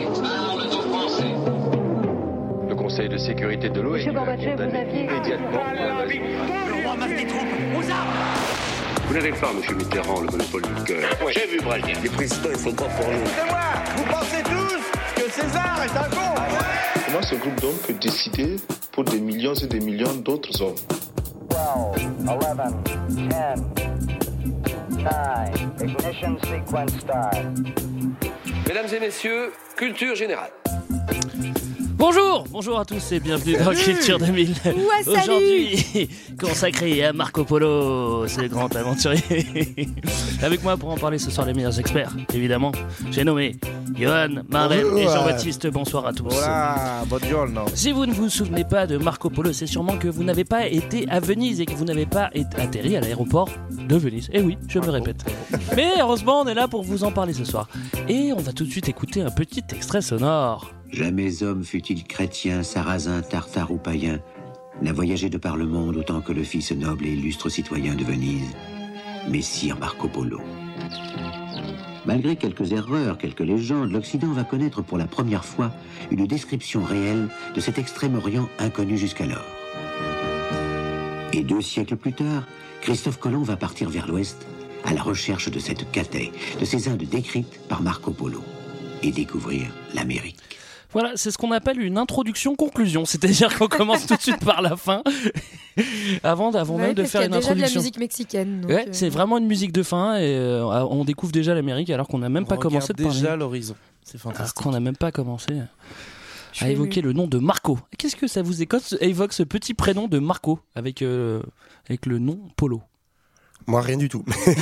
parle aux Français. Le Conseil de sécurité de l'ONU a condamné immédiatement l'invasion. Le roi masse des troupes aux armes. Vous n'avez pas, M. Mitterrand, le monopole du cœur. Ouais, j'ai vu Brasier. Les présidents, ils sont pas pour nous. C'est moi. Vous pensez tous que César est un con? Comment ce groupe d'hommes peut décider pour des millions et des millions d'autres hommes? 12, 11, 10, 9, ignition sequence start. Mesdames et messieurs, culture générale. Bonjour à tous et bienvenue dans Culture 2000. Ouais, salut. Aujourd'hui, consacré à Marco Polo, ce grand aventurier. Avec moi pour en parler ce soir les meilleurs experts, évidemment. J'ai nommé Johan, Marlène et Jean-Baptiste. Bonsoir à tous. Voilà, buongiorno. Si vous ne vous souvenez pas de Marco Polo, c'est sûrement que vous n'avez pas été à Venise et que vous n'avez pas atterri à l'aéroport de Venise. Et oui, je me répète. Mais heureusement, on est là pour vous en parler ce soir. Et on va tout de suite écouter un petit extrait sonore. Jamais homme, fût-il chrétien, sarrasin, tartare ou païen, n'a voyagé de par le monde autant que le fils noble et illustre citoyen de Venise, Messire Marco Polo. Malgré quelques erreurs, quelques légendes, l'Occident va connaître pour la première fois une description réelle de cet Extrême-Orient inconnu jusqu'alors. Et 2 siècles plus tard, Christophe Colomb va partir vers l'ouest à la recherche de cette Cathay, de ces Indes décrites par Marco Polo, et découvrir l'Amérique. Voilà, c'est ce qu'on appelle une introduction-conclusion, c'est-à-dire qu'on commence tout de suite par la fin, avant même de faire une introduction. Il y a déjà de la musique mexicaine. Donc ouais, c'est vraiment une musique de fin et on découvre déjà l'Amérique alors qu'on n'a même pas commencé de parler. Déjà l'horizon, c'est fantastique. Alors qu'on n'a même pas commencé à évoquer le nom de Marco. Qu'est-ce que ça vous évoque ce petit prénom de Marco avec le nom Polo? Moi, rien du tout.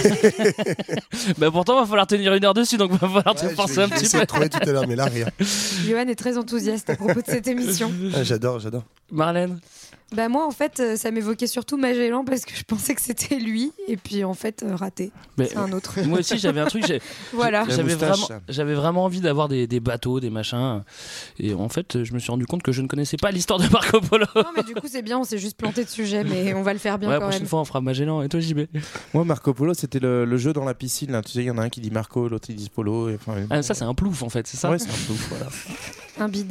Bah pourtant, va falloir tenir 1 heure dessus, donc va falloir te forcer un petit peu. J'ai trouvé tout à l'heure, mais là, rien. Johan est très enthousiaste à propos de cette émission. Ah, j'adore. Marlène? Bah moi, en fait, ça m'évoquait surtout Magellan parce que je pensais que c'était lui, et puis en fait, raté. Mais c'est un autre. Moi aussi, j'avais un truc. Voilà. J'avais vraiment envie d'avoir des bateaux, des machins. Et en fait, je me suis rendu compte que je ne connaissais pas l'histoire de Marco Polo. Non, mais du coup, c'est bien, on s'est juste planté de sujet, mais on va le faire bien ouais, quand même. La prochaine fois, on fera Magellan. Et toi, JB? Moi, Marco Polo, c'était le jeu dans la piscine. Là. Tu sais, il y en a un qui dit Marco, l'autre il dit Polo. Ça, c'est un plouf, en fait, c'est ça? Ouais, c'est un plouf, voilà. Un bide.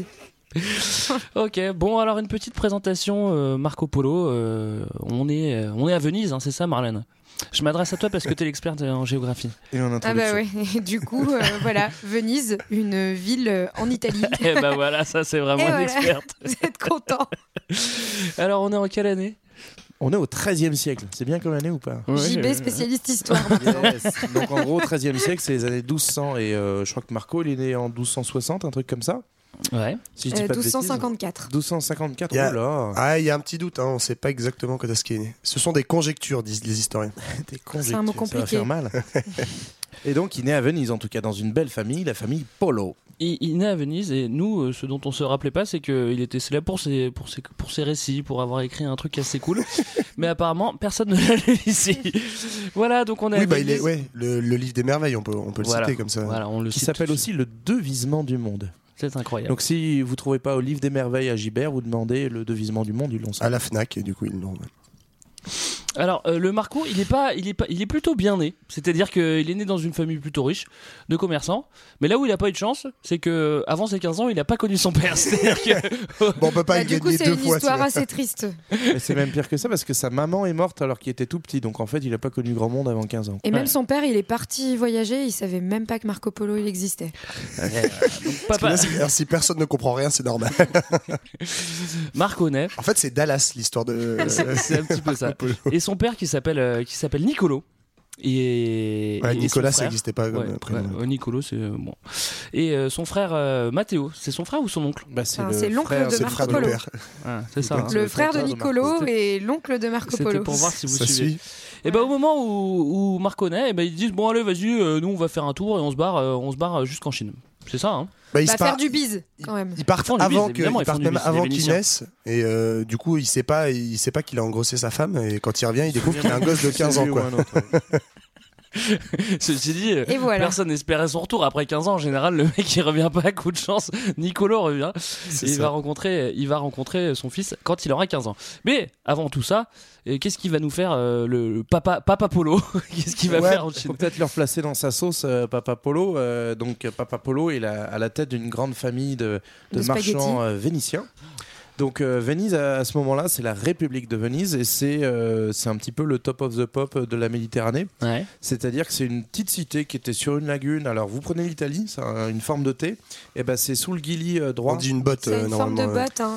Ok, bon alors une petite présentation Marco Polo. On est à Venise, hein, c'est ça Marlène? Je m'adresse à toi parce que tu es l'experte en géographie. Et en introduction. Ah bah ouais, et du coup, voilà, Venise, une ville en Italie. Et bah voilà, ça c'est vraiment une experte. Vous êtes content. Alors on est en quelle année? On est au XIIIe siècle, c'est bien comme année ou pas? Ouais, JB, spécialiste histoire. Yes. Donc en gros, XIIIe siècle, c'est les années 1200 et je crois que Marco, il est né en 1260, un truc comme ça. Ouais. Si je dis pas de 1254. 1254, oh là. Ah, il y a un petit doute, hein, on ne sait pas exactement quand est-ce qu'il est né. Ce sont des conjectures, disent les historiens. Des conjectures, c'est un mot ça compliqué. va faire mal. Et donc, il naît à Venise, en tout cas, dans une belle famille, la famille Polo. Il naît à Venise et nous, ce dont on se rappelait pas, c'est qu'il était célèbre pour ses récits, pour avoir écrit un truc assez cool. Mais apparemment, personne ne l'a lu ici. Voilà, donc on a. Oui, bah, le livre des merveilles, on peut le citer comme ça. Voilà, on le qui cite s'appelle aussi Le Devisement du monde. C'est incroyable. Donc si vous trouvez pas au livre des merveilles à Gibert, vous demandez Le Devisement du monde, ils l'ont ça. À la Fnac, et du coup ils l'ont. Alors le Marco, il est plutôt bien né. C'est-à-dire qu'il est né dans une famille plutôt riche de commerçants. Mais là où il a pas eu de chance, c'est que avant ses 15 ans, il a pas connu son père. C'est-à-dire que bon, on peut pas du coup, c'est une histoire assez triste. Mais c'est même pire que ça parce que sa maman est morte alors qu'il était tout petit. Donc en fait, il a pas connu grand monde avant 15 ans. Et même son père, il est parti voyager. Il savait même pas que Marco Polo il existait. Donc, papa. Là, si personne ne comprend rien, c'est normal. Marco naît. En fait, c'est Dallas l'histoire de. C'est un petit peu ça. Et son père qui s'appelle Nicolo. Et Nicolas, ça n'existait pas comme prénom. Nicolo, c'est bon. Et son frère Matteo, c'est son frère ou son oncle? C'est l'oncle de Marco Polo. C'est ça. Hein. Le frère de Nicolo et l'oncle de Marco Polo. C'était pour voir si vous ça suivez. Suit. Et bah au moment où Marco naît, ils disent bon allez vas-y, nous on va faire un tour et on se barre jusqu'en Chine. C'est ça, hein? Faire du bise quand même. Ils partent avant qu'il naisse et du coup il sait pas qu'il a engrossé sa femme et quand il revient il découvre qu'il a un gosse de 15 ans quoi. Ceci dit, Et voilà. personne n'espérait son retour. Après 15 ans, en général, le mec il revient pas à coup de chance. Nicolas revient. Et il va rencontrer son fils quand il aura 15 ans. Mais avant tout ça, qu'est-ce qu'il va nous faire le Papa Polo? Qu'est-ce qu'il va faire en Chine? Il faut peut-être le replacer dans sa sauce, Papa Polo. Donc Papa Polo est à la tête d'une grande famille de marchands vénitiens. Donc Venise à ce moment-là, c'est la République de Venise et c'est un petit peu le top of the pop de la Méditerranée. Ouais. C'est-à-dire que c'est une petite cité qui était sur une lagune. Alors vous prenez l'Italie, c'est une forme de T. Et ben c'est sous le Gili droit. On dit une botte C'est une forme normalement. de botte. Hein.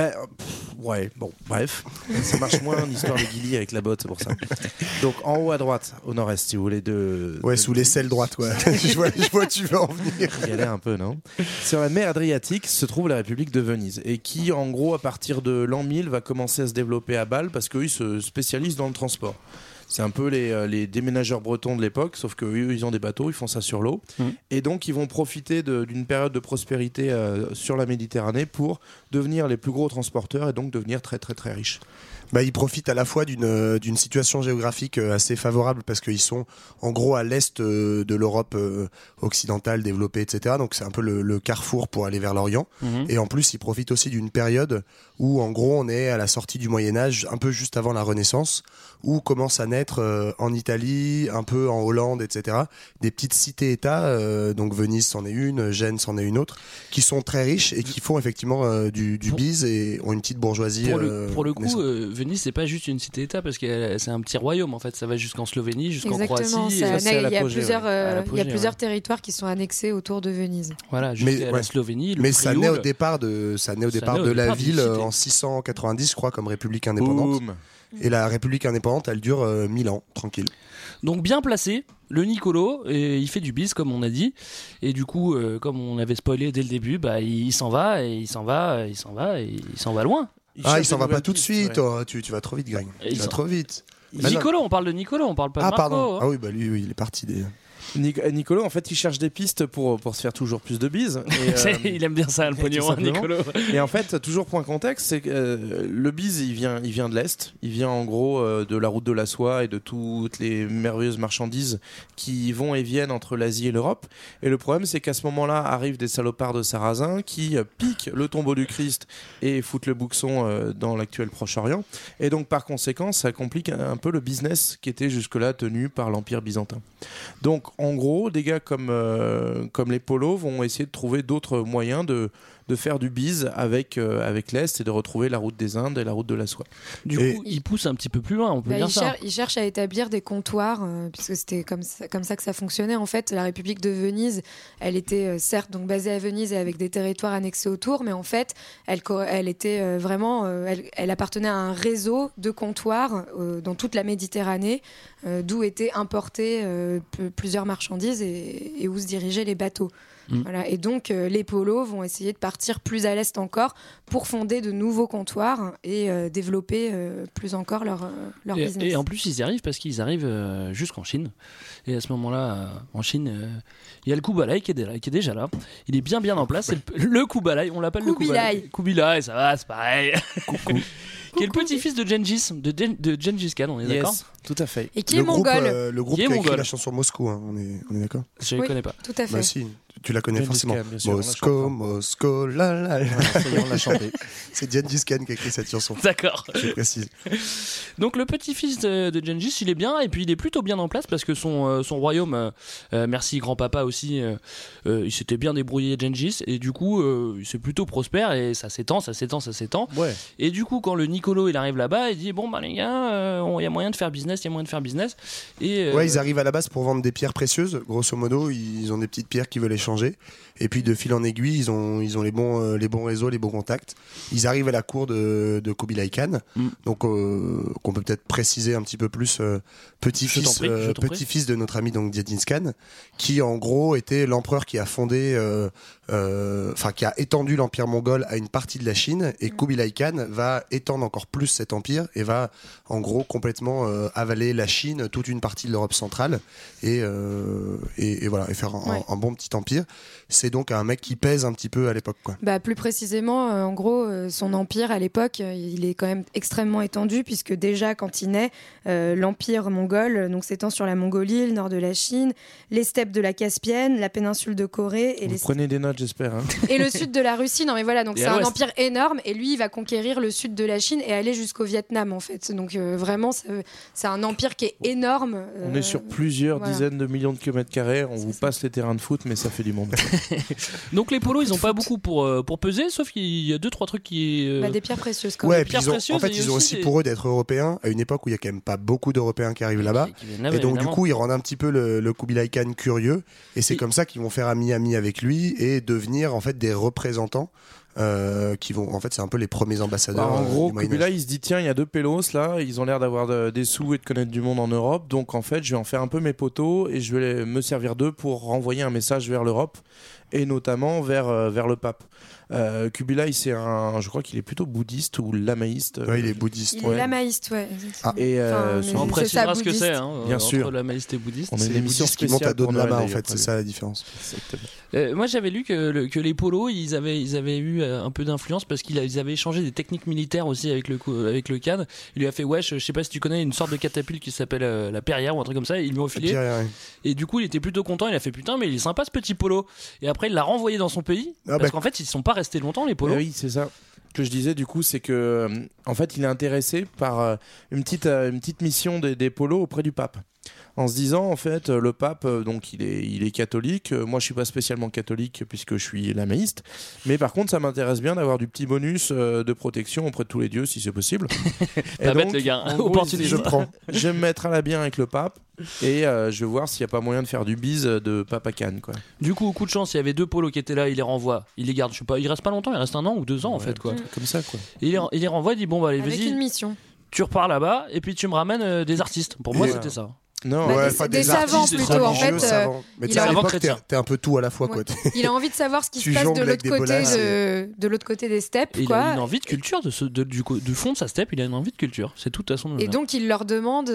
Ouais, bon, bref. Ça marche moins en histoire de Gili avec la botte, c'est pour ça. Donc en haut à droite, au nord-est, si vous voulez, Sous l'aisselle droite, ouais. je vois où tu veux en venir. Galère un peu, non? Sur la mer Adriatique se trouve la République de Venise et qui, en gros, à partir de l'an 1000, va commencer à se développer à Bâle parce qu'eux, ils se spécialisent dans le transport. C'est un peu les déménageurs bretons de l'époque, sauf qu'eux, ils ont des bateaux, ils font ça sur l'eau. Et donc, ils vont profiter d'une période de prospérité sur la Méditerranée pour devenir les plus gros transporteurs et donc devenir très, très, très riches. Ils profitent à la fois d'une situation géographique assez favorable parce qu'ils sont en gros à l'est de l'Europe occidentale développée, etc. Donc c'est un peu le carrefour pour aller vers l'Orient. Et en plus, ils profitent aussi d'une période où en gros on est à la sortie du Moyen-Âge, un peu juste avant la Renaissance, où commencent à naître en Italie, un peu en Hollande, etc. des petites cités-États, donc Venise c'en est une, Gênes c'en est une autre, qui sont très riches et qui font effectivement du bise et ont une petite bourgeoisie. Pour le coup, Venise c'est pas juste une cité-État parce que c'est un petit royaume en fait, ça va jusqu'en Slovénie, jusqu'en Exactement, Croatie. il y a plusieurs territoires qui sont annexés autour de Venise. Voilà, jusqu'à la Slovénie. Mais ça naît au départ de la ville en 690, je crois, comme république indépendante. Boum. Et la république indépendante, elle dure 1000 ans, tranquille. Donc bien placé, le Nicolo, et il fait du bis comme on a dit, et du coup, comme on avait spoilé dès le début, il s'en va loin. Il s'en va pas tout de suite. Ouais. Tu vas trop vite, Greg. Tu vas trop vite. Nicolas, on parle de Nicolas, on parle pas de Marco. Pardon. Ah oui, lui, il est parti. Nicolas, en fait, il cherche des pistes pour se faire toujours plus de bises. Il aime bien ça, le pognon, Nicolas. Et en fait, toujours point contexte, c'est que le bise, il vient de l'Est. Il vient en gros de la route de la soie et de toutes les merveilleuses marchandises qui vont et viennent entre l'Asie et l'Europe. Et le problème, c'est qu'à ce moment-là, arrivent des salopards de Sarrasins qui piquent le tombeau du Christ et foutent le bouxon dans l'actuel Proche-Orient. Et donc, par conséquent, ça complique un peu le business qui était jusque-là tenu par l'Empire byzantin. Donc, en gros, des gars comme les Polos vont essayer de trouver d'autres moyens de faire du bise avec l'Est et de retrouver la route des Indes et la route de la soie. Du coup, il pousse un petit peu plus loin, on peut dire ça. Il cherche à établir des comptoirs, puisque c'était comme ça que ça fonctionnait. En fait, la République de Venise, elle était certes donc basée à Venise et avec des territoires annexés autour, mais en fait, elle était vraiment, elle appartenait à un réseau de comptoirs dans toute la Méditerranée, d'où étaient importées plusieurs marchandises et où se dirigeaient les bateaux. Voilà. Et donc les Polos vont essayer de partir plus à l'est encore pour fonder de nouveaux comptoirs et développer plus encore leur business. Et en plus ils y arrivent parce qu'ils arrivent jusqu'en Chine. Et à ce moment-là, en Chine, il y a le Kubilai qui est déjà là. Il est bien en place. C'est le Kubilai, on l'appelle le Kubilai. Kubilai, ça va, c'est pareil. Coucou. Qui est le petit-fils de Gengis Khan, on est d'accord? Yes, tout à fait. Et qui est mongol. Le groupe qui a écrit la chanson Moscou, hein, on est d'accord? Je ne connais pas. Tout à fait. Si, tu la connais forcément. Moscou, la la la. On l'a chanté. C'est Gengis Khan qui a écrit cette chanson. D'accord. Je précise. Donc le petit-fils de Gengis, il est bien, et puis il est plutôt bien en place parce que son royaume, merci grand-papa aussi, il s'était bien débrouillé Gengis, et du coup c'est plutôt prospère et ça s'étend. Ouais. Et du coup quand le Nicolo il arrive là-bas, il dit bon les gars, il y a moyen de faire business, et ils arrivent à la base pour vendre des pierres précieuses, grosso modo, ils ont des petites pierres qu'ils veulent échanger, et puis de fil en aiguille ils ont les bons réseaux, les bons contacts. Ils arrivent à la cour de Kubilai Khan, donc qu'on peut peut-être préciser un petit peu plus, petit-fils de notre ami donc Gengis Khan, qui en gros était l'empereur qui a fondé qui a étendu l'empire mongol à une partie de la Chine, et Kubilai Khan va étendre encore plus cet empire et va en gros complètement avaler la Chine, toute une partie de l'Europe centrale et voilà, et faire un bon petit empire empire. C'est donc un mec qui pèse un petit peu à l'époque, quoi. Bah, plus précisément, en gros, son empire à l'époque, il est quand même extrêmement étendu, puisque déjà quand il naît, l'empire mongol donc s'étend sur la Mongolie, le nord de la Chine, les steppes de la Caspienne, la péninsule de Corée et prenez des notes, j'espère. Hein. Et le sud de la Russie. Non mais voilà, donc Et c'est à un l'ouest. empire énorme, et lui il va conquérir le sud de la Chine et aller jusqu'au Vietnam en fait. Donc vraiment, c'est un empire qui est énorme. On est sur plusieurs voilà. dizaines de millions de kilomètres carrés. On vous passe les terrains de foot, mais ça fait du monde. Donc les polos, ils ont pas beaucoup pour peser, sauf qu'il y a 2-3 trucs qui. Bah, des pierres précieuses quand Ouais, même. puis en fait, ils ont aussi pour eux d'être européens à une époque où il y a quand même pas beaucoup d'Européens qui arrivent là-bas. qui viennent là-bas, Et donc, évidemment. du coup, ils rendent un petit peu le Kubilai Khan curieux. Et c'est comme ça qu'ils vont faire ami-ami avec lui et devenir, en fait, des représentants. Qui vont, en fait, c'est un peu les premiers ambassadeurs. En gros, du Moyen-Âge. Kubilai, il se dit tiens, il y a 2 pélos là, ils ont l'air d'avoir des sous et de connaître du monde en Europe, donc en fait, je vais en faire un peu mes poteaux et je vais me servir d'eux pour renvoyer un message vers l'Europe et notamment vers le pape. Kubilai, je crois qu'il est plutôt bouddhiste ou lamaïste. Ouais, il est bouddhiste. Il est lamaïste, ouais. Et On précisera ce que c'est, bien entre sûr. lamaïste et bouddhiste. On a C'est une les émission bouddhistes qui montent à spéciale dos de pour lama, Noël, en fait, d'ailleurs, c'est ça la différence. Moi j'avais lu que les polos ils avaient eu un peu d'influence parce qu'ils avaient échangé des techniques militaires aussi avec le Khan. Il lui a fait je sais pas si tu connais une sorte de catapulte qui s'appelle la Perrière ou un truc comme ça, ils lui ont filé. Et du coup il était plutôt content, il a fait putain mais il est sympa ce petit polo. Et après il l'a renvoyé dans son pays parce qu'en fait ils sont pas restés longtemps les polos. Oui, c'est ça que je disais du coup, c'est que en fait il est intéressé par une petite mission des polos auprès du pape. En se disant en fait le pape donc il est catholique, moi je suis pas spécialement catholique puisque je suis lamaïste, mais par contre ça m'intéresse bien d'avoir du petit bonus de protection auprès de tous les dieux si c'est possible. Pas bête le gars, opportuniste. Je vais me mettre à la bien avec le pape et je vais voir s'il n'y a pas moyen de faire du bise de Papa Khan quoi. Du coup coup de chance il y avait 2 polos qui étaient là, il les renvoie, il les garde, je sais pas, il reste pas longtemps, il reste 1 an ou 2 ans en fait quoi. Comme ça quoi. Et il les renvoie, il dit bon bah allez Avec vas-y. une mission. Tu repars là-bas et puis tu me ramènes des artistes. Pour moi, Et c'était ça. Non, des savants plutôt en fait. Mais il tu sais, a à avant l'époque, chrétien. t'es un peu tout à la fois, quoi. Il a envie de savoir ce qui Tu se passe jongles de avec l'autre des bolasses de l'autre côté des steppes, Et il quoi. a une envie de culture du fond de sa steppe. Il a une envie de culture. C'est tout à son honneur. Et donc il leur demande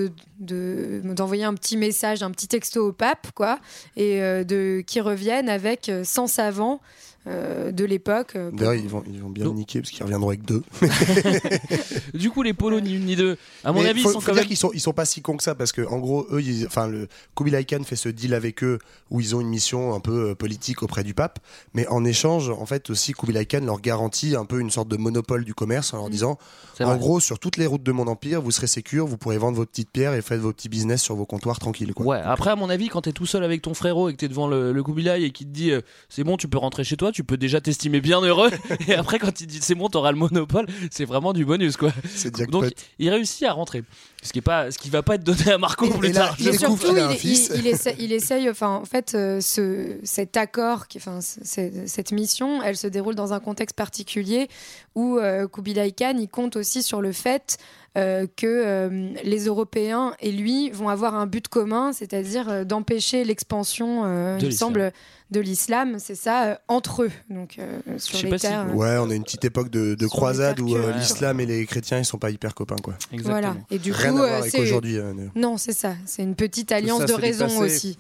d'envoyer un petit message, un petit texto au pape, quoi, et qu'ils reviennent avec 100 savants. De l'époque. D'ailleurs, ils vont bien le niquer parce qu'ils reviendront avec 2. Du coup, les polos ni une ni deux. À mon Mais avis, faut ils sont dire quand même. qu'ils sont pas si cons que ça parce que en gros, eux, le Kubilai Khan fait ce deal avec eux où ils ont une mission un peu politique auprès du pape, mais en échange, en fait, aussi Kubilai Khan leur garantit un peu une sorte de monopole du commerce en leur disant, en gros, sur toutes les routes de mon empire, vous serez sécure, vous pourrez vendre vos petites pierres et faire vos petits business sur vos comptoirs tranquilles. Quoi. Ouais. Après, à mon avis, quand t'es tout seul avec ton frérot et que t'es devant le Kubilai et qu'il te dit c'est bon, tu peux rentrer chez toi, tu peux déjà t'estimer bien heureux. Et après, quand il dit c'est bon, t'auras le monopole, c'est vraiment du bonus, quoi. C'est jackpot. Donc, il réussit à rentrer. Ce qui va pas être donné à Marco plus et là, tard. il Surtout, découvre qu'il a un fils. il essaye, enfin, en fait, cet accord, cette mission, elle se déroule dans un contexte particulier où Kubilai Khan, il compte aussi sur le fait que les Européens et lui vont avoir un but commun, c'est-à-dire d'empêcher l'expansion, il semble, de l'islam, c'est ça, entre eux, donc sur les terres. Ouais, on a une petite époque de croisade où terres l'islam et les chrétiens ils sont pas hyper copains, quoi. Exactement. Voilà. Et du Rien coup, à voir avec aujourd'hui. non, c'est ça, c'est une petite alliance ça, de c'est raison dépassé. aussi.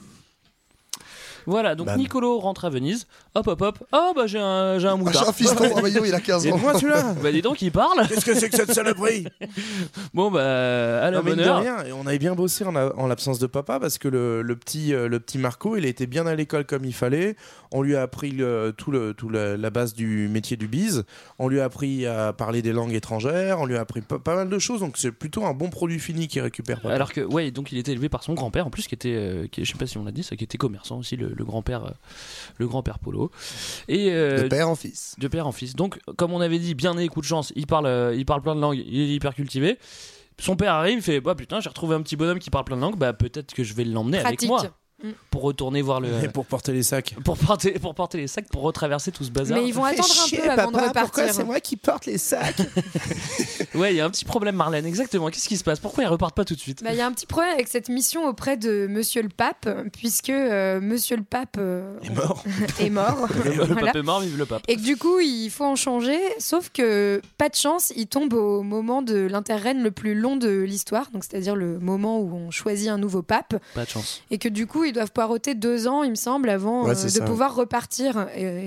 Voilà, donc Bam. Nicolo rentre à Venise. Hop. Oh, bah j'ai un J'ai moutard. un fiston, il a 15 ans. moi celui-là. Bah dis donc, il parle. Qu'est-ce que c'est que cette saloperie? Bon, bah, à la Non, mais bonne de heure. rien. Et on avait bien bossé en l'absence de papa parce que le petit Marco, il a été bien à l'école comme il fallait. On lui a appris la base du métier du bise. On lui a appris à parler des langues étrangères. On lui a appris pas mal de choses. Donc c'est plutôt un bon produit fini qu'il récupère. Papa. Alors que, ouais, donc il était élevé par son grand-père, en plus, qui était, je sais pas si on l'a dit, ça, qui était commerçant aussi, le grand-père Polo. Et, De père en fils. de père en fils. Donc, comme on avait dit, bien né, coup de chance, il parle plein de langues, il est hyper cultivé. Son père arrive, il fait bah putain, j'ai retrouvé un petit bonhomme qui parle plein de langues, bah peut-être que je vais l'emmener avec Pratique. moi pour retourner voir le. Et pour porter les sacs. Pour porter les sacs, pour retraverser tout ce bazar. Mais ils vont attendre un peu avant de repartir. moi qui porte les sacs? Ouais, il y a un petit problème, Marlène, exactement. Qu'est-ce qui se passe? Pourquoi ils repartent pas tout de suite? Bah, y a un petit problème avec cette mission auprès de Monsieur le Pape, puisque Monsieur le Pape est mort. Le Voilà. pape est mort, vive le pape. Et que du coup, il faut en changer, sauf que pas de chance, il tombe au moment de l'interrègne le plus long de l'histoire, donc c'est-à-dire le moment où on choisit un nouveau pape, Pas de chance. et que du coup, ils doivent poireauter 2 ans, il me semble, avant Ouais, c'est de ça. pouvoir repartir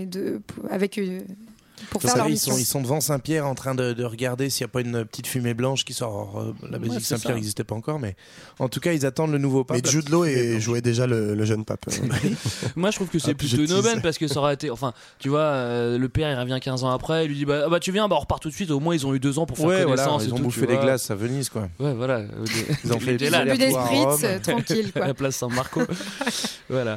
avec pour faire leur mission. Ils sont devant Saint-Pierre en train de regarder s'il n'y a pas une petite fumée blanche qui sort. La basilique c'est Saint-Pierre ça. n'existait pas encore, mais en tout cas, ils attendent le nouveau pape. Mais Jude Law jouait déjà le jeune pape. Moi, je trouve que c'est Ah, plutôt je une tease. aubaine parce que ça aurait été. Enfin, tu vois, le père il revient 15 ans après, il lui dit bah tu viens, on repart tout de suite. Au moins, ils ont eu 2 ans pour faire Ouais, voilà, connaissance. ils et ont tout, bouffé tu des vois. glaces à Venise, quoi. Ouais, voilà. Ils ont fait étaient des là, Bu allers-retours à des Rome. spritz, tranquille, à quoi. la place San-Marco. Voilà.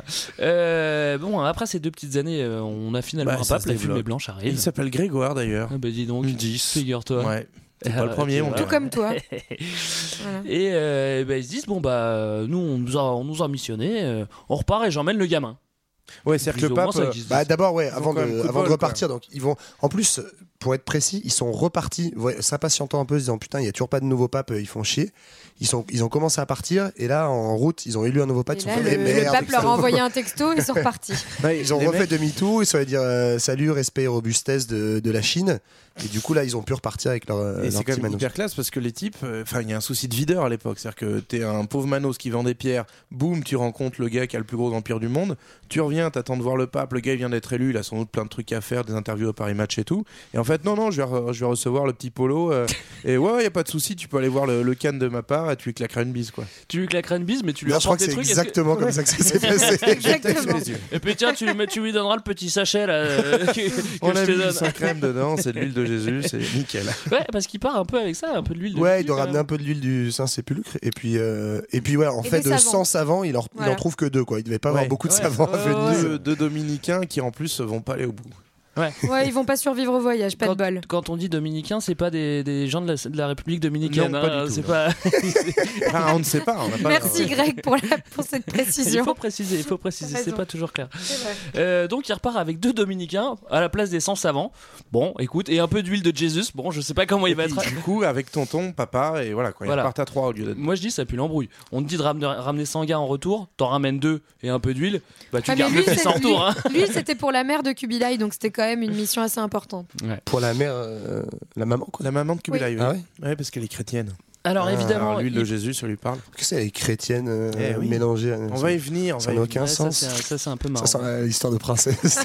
Bon, après ces 2 petites années, on a finalement Bah, un ça pape, se la développe. fumée blanche arrive. Il s'appelle Grégoire d'ailleurs. Ah bah dis donc, 10. figure-toi. Ouais. C'est pas le premier, mon tu gars. Tout comme toi. Voilà. Et ils se disent bon bah nous on nous a missionné, on repart et j'emmène le gamin. Ouais, c'est-à-dire que Plus le ou moins, pape. ça existe. Bah d'abord ouais, Ils ont avant quand même coup de de bol, repartir, donc ils vont. En plus, pour être précis, ils sont repartis, s'impatientant un peu, se disant putain, il y a toujours pas de nouveau pape, ils font chier. Ils ont commencé à partir et là en route, ils ont élu un nouveau pape. Et Ils là, sont fait, le merde, pape leur a envoyé un texto, ils sont repartis. Ils ont refait demi-tour, ils sont allés dire salut, respect et robustesse de la Chine. Et du coup là, ils ont pu repartir avec leur Et c'est quand petit même manos. hyper classe parce que les types, il y a un souci de videur à l'époque. C'est-à-dire que t'es un pauvre manos qui vend des pierres, boum, tu rencontres le gars qui a le plus gros empire du monde, tu reviens, t'attends de voir le pape, le gars il vient d'être élu, il a sans doute plein de trucs à faire, des interviews à Paris Match et tout. Et en fait, non, je vais recevoir le petit Polo. Et ouais, y a pas de souci, tu peux aller voir le Cannes de ma part et tu lui claqueras une bise, quoi. Tu lui claqueras une bise, mais tu lui Non, je crois apportes que des c'est trucs. exactement comme ça que ça s'est passé. Exactement. Et puis tiens, tu lui donneras le petit sachet là. Que On je a te mis donne. du Saint-Crème dedans, c'est de l'huile de Jésus, c'est nickel. Ouais, parce qu'il part un peu avec ça, un peu de l'huile. De Ouais, Jésus, il doit quand ramener même. un peu de l'huile du Saint-Sépulcre. Et puis ouais, en Et fait, des de savants. 100 savants, il en Voilà. trouve que 2, quoi. Il devait pas avoir Ouais. beaucoup de Ouais. savants à Ouais, ouais, Venise. Deux dominicains qui en plus vont pas aller au bout. Ouais, ils vont pas survivre au voyage, pas de bol. Quand on dit dominicains, c'est pas des gens de la République dominicaine. Non, pas du tout, c'est non. pas. Enfin, on ne sait pas. On n'a pas Merci Greg pour cette Il précision. faut préciser, T'as c'est raison. pas toujours clair. C'est vrai. Donc il repart avec 2 dominicains à la place des 100 savants. Bon, écoute, et un peu d'huile de Jésus. Bon, je sais pas comment il va être. Du coup, avec tonton, papa, et voilà, quoi. Ils Voilà. repartent à 3 au lieu d'être. Moi je dis ça pue l'embrouille. On te dit de ramener 100 gars en retour, t'en ramènes 2 et un peu d'huile, bah tu Ah, mais gardes le fils en retour. Hein. lui, c'était pour la mère de Kubilai, donc c'était quand même une mission assez importante. Pour la mère, la maman, quoi. La maman de Kubilai, Ah oui. ouais Ouais, parce qu'elle est chrétienne. Alors évidemment, Alors, l'huile il- de Jésus, ça lui parle. Parce que c'est les chrétiennes Eh oui. mélangées. On va y venir. Ça n'a aucun ouais, sens. ça c'est un peu marrant. Ça sent l'histoire de princesse.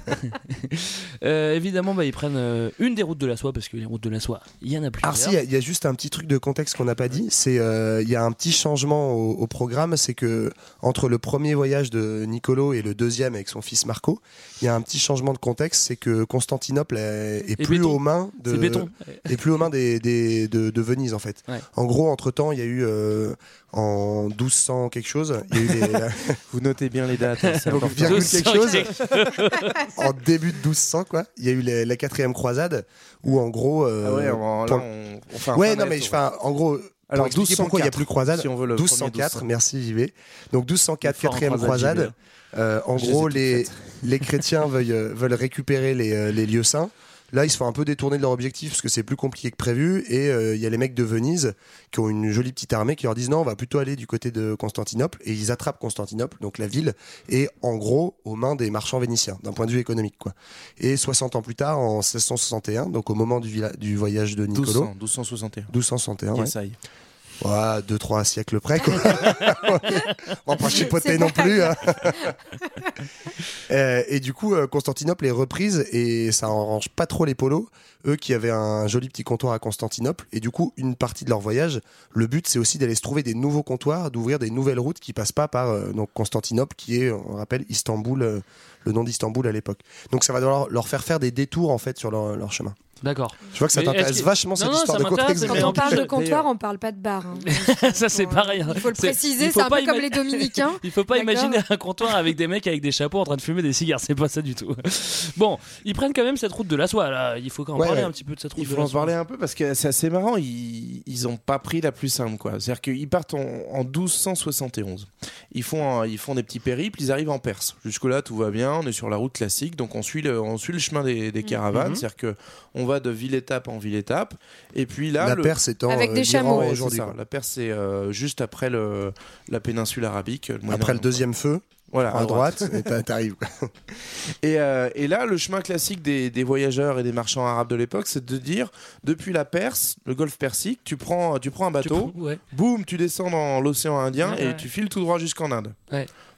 Évidemment, bah, ils prennent une des routes de la soie parce que les routes de la soie, il y en a plusieurs. Alors si, il y a juste un petit truc de contexte qu'on n'a pas dit, c'est il y a un petit changement au programme, c'est que entre le premier voyage de Niccolo et le deuxième avec son fils Marco, il y a un petit changement de contexte, c'est que Constantinople est plus béton. aux mains C'est béton. est plus aux mains de Venise en fait. Ouais. En gros, entre temps, il y a eu en 1200 quelque chose, il y a eu Vous notez bien les dates. hein, c'est donc, important. virgule 1200 quelque chose en début de 1200 quoi. Il y a eu la 4e croisade où en gros Ah ouais, là, pour- on fait un ouais, fin non, mais d'être, je fais en gros. Alors, Alors, expliquer pourquoi il n'y a plus de croisade. si on veut le 1204, premier merci, j'y vais. Donc 1204, Fort en 4e croisade, croisade. En Je les ai gros, toutes les chrétiens veulent récupérer les lieux saints. Là, ils se font un peu détourner de leur objectif parce que c'est plus compliqué que prévu. Et il y a les mecs de Venise qui ont une jolie petite armée qui leur disent non, on va plutôt aller du côté de Constantinople. Et ils attrapent Constantinople, donc la ville, et en gros aux mains des marchands vénitiens, d'un point de vue économique, quoi. Et 60 ans plus tard, en 1661, donc au moment du voyage de Niccolo, 1261. 1261, ouais. Yes, I. Ouais, 2-3 siècles près, quoi. On va pas chipoter C'est non pas plus. Hein. Et du coup, Constantinople est reprise et ça arrange pas trop les polos. Eux qui avaient un joli petit comptoir à Constantinople. Et du coup, une partie de leur voyage, le but c'est aussi d'aller se trouver des nouveaux comptoirs, d'ouvrir des nouvelles routes qui passent pas par donc Constantinople, qui est, on rappelle, Istanbul, le nom d'Istanbul à l'époque. Donc ça va devoir leur faire des détours en fait sur leur chemin. D'accord. Je vois que ça Mais t'intéresse est-ce que- vachement cette Non, histoire ça de contexte. m'intéresse, mais Quand en on parle plus, de comptoir, on parle pas de bar. hein. Ça c'est pareil. hein. Il faut le C'est- préciser, il faut c'est un pas peu comme ima- les Dominicains. Il faut pas D'accord. imaginer un comptoir avec des mecs avec des chapeaux en train de fumer des cigares, c'est pas ça du tout. Bon, ils prennent quand même cette route de la soie là, il faut quand même Ouais, parler ouais. un petit peu de cette route Il de faut la en soie. parler un peu parce que c'est assez marrant. Ils ont pas pris la plus simple, quoi. C'est-à-dire qu'ils partent en 1271. Ils font des petits périples. Ils arrivent en Perse. Jusque là, tout va bien. On est sur la route classique, donc on suit le chemin des caravanes. Mhm. C'est-à-dire que on va de ville-étape en ville-étape. Et puis là, La Perse étant Avec des l'Iran chameaux. Ouais, c'est aujourd'hui. ça. quoi. La Perse, c'est juste après la péninsule arabique. Après le deuxième feu, voilà, à droite, et t'arrives. quoi. Et là, le chemin classique des voyageurs et des marchands arabes de l'époque, c'est de dire, depuis la Perse, le golfe Persique, tu prends un bateau, Ouais. boum, tu descends dans l'océan Indien Ouais, et ouais. tu files tout droit jusqu'en Inde. Ouais.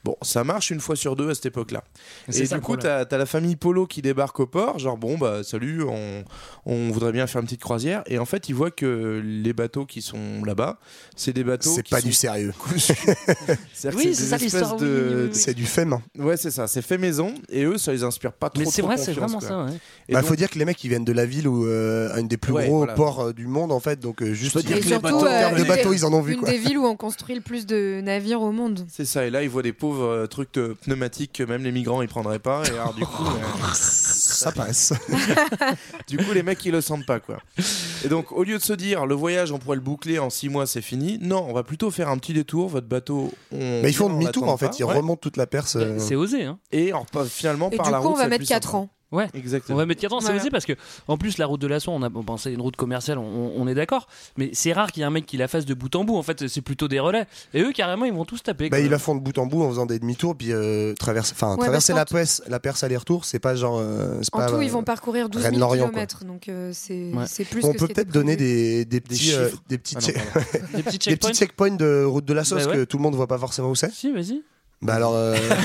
Bon, ça marche une fois sur deux à cette époque-là. C'est Et ça du le coup, problème. t'as la famille Polo qui débarque au port, genre bon bah salut, on voudrait bien faire une petite croisière. Et en fait, ils voient que les bateaux qui sont là-bas, c'est des bateaux C'est qui pas sont du sérieux. C'est-à-dire Oui, que c'est ça des l'histoire, espèces de... oui. C'est du fait main. Ouais, c'est ça, c'est fait maison. Et eux, ça les inspire pas trop. Mais c'est trop vrai, c'est confiance, vraiment quoi. ça. Ouais. Et Bah, donc- faut dire que les mecs ils viennent de la ville où un des plus Ouais, gros voilà. ports du monde en fait, donc juste peux dire Et que les surtout, bateaux- en termes de une bateaux des- ils en ont vu une quoi. des villes où on construit le plus de navires au monde. C'est ça, et là ils voient des pauvres trucs pneumatiques que même les migrants ils prendraient pas, et alors du coup, Ça passe. du coup les mecs ils le sentent pas quoi. Et donc au lieu de se dire le voyage on pourrait le boucler en 6 mois c'est fini, non on va plutôt faire un petit détour, votre bateau Mais ils font on demi-tour l'attend en fait, pas, ils ouais. remontent toute la Perse. C'est osé, hein. Et finalement Et par du la coup, route on va c'est mettre plus 4 sympa. ans. Ouais. Exactement. On va mettre 4 ans, c'est Voilà. osé parce que en plus la route de la soie, on c'est une route commerciale, on est d'accord, mais c'est rare qu'il y ait un mec qui la fasse de bout en bout. En fait, c'est plutôt des relais. Et eux carrément, ils vont tous taper. Bah, quoi. ils la font de bout en bout en faisant des demi-tours, puis traverser Ouais, traverser parce la Perse aller-retour, c'est pas genre. C'est En pas, tout, ils vont parcourir 12 000 Rennes-Lorient, km, donc c'est Ouais. c'est plus On que peut ce qui était peut-être donner prévu. des petits chiffres. des petits Ah non, check- pardon. Des petits des checkpoints. petits checkpoints de route de la sauce Bah ouais. que tout le monde voit pas forcément où c'est. Si, vas-y. Bah alors,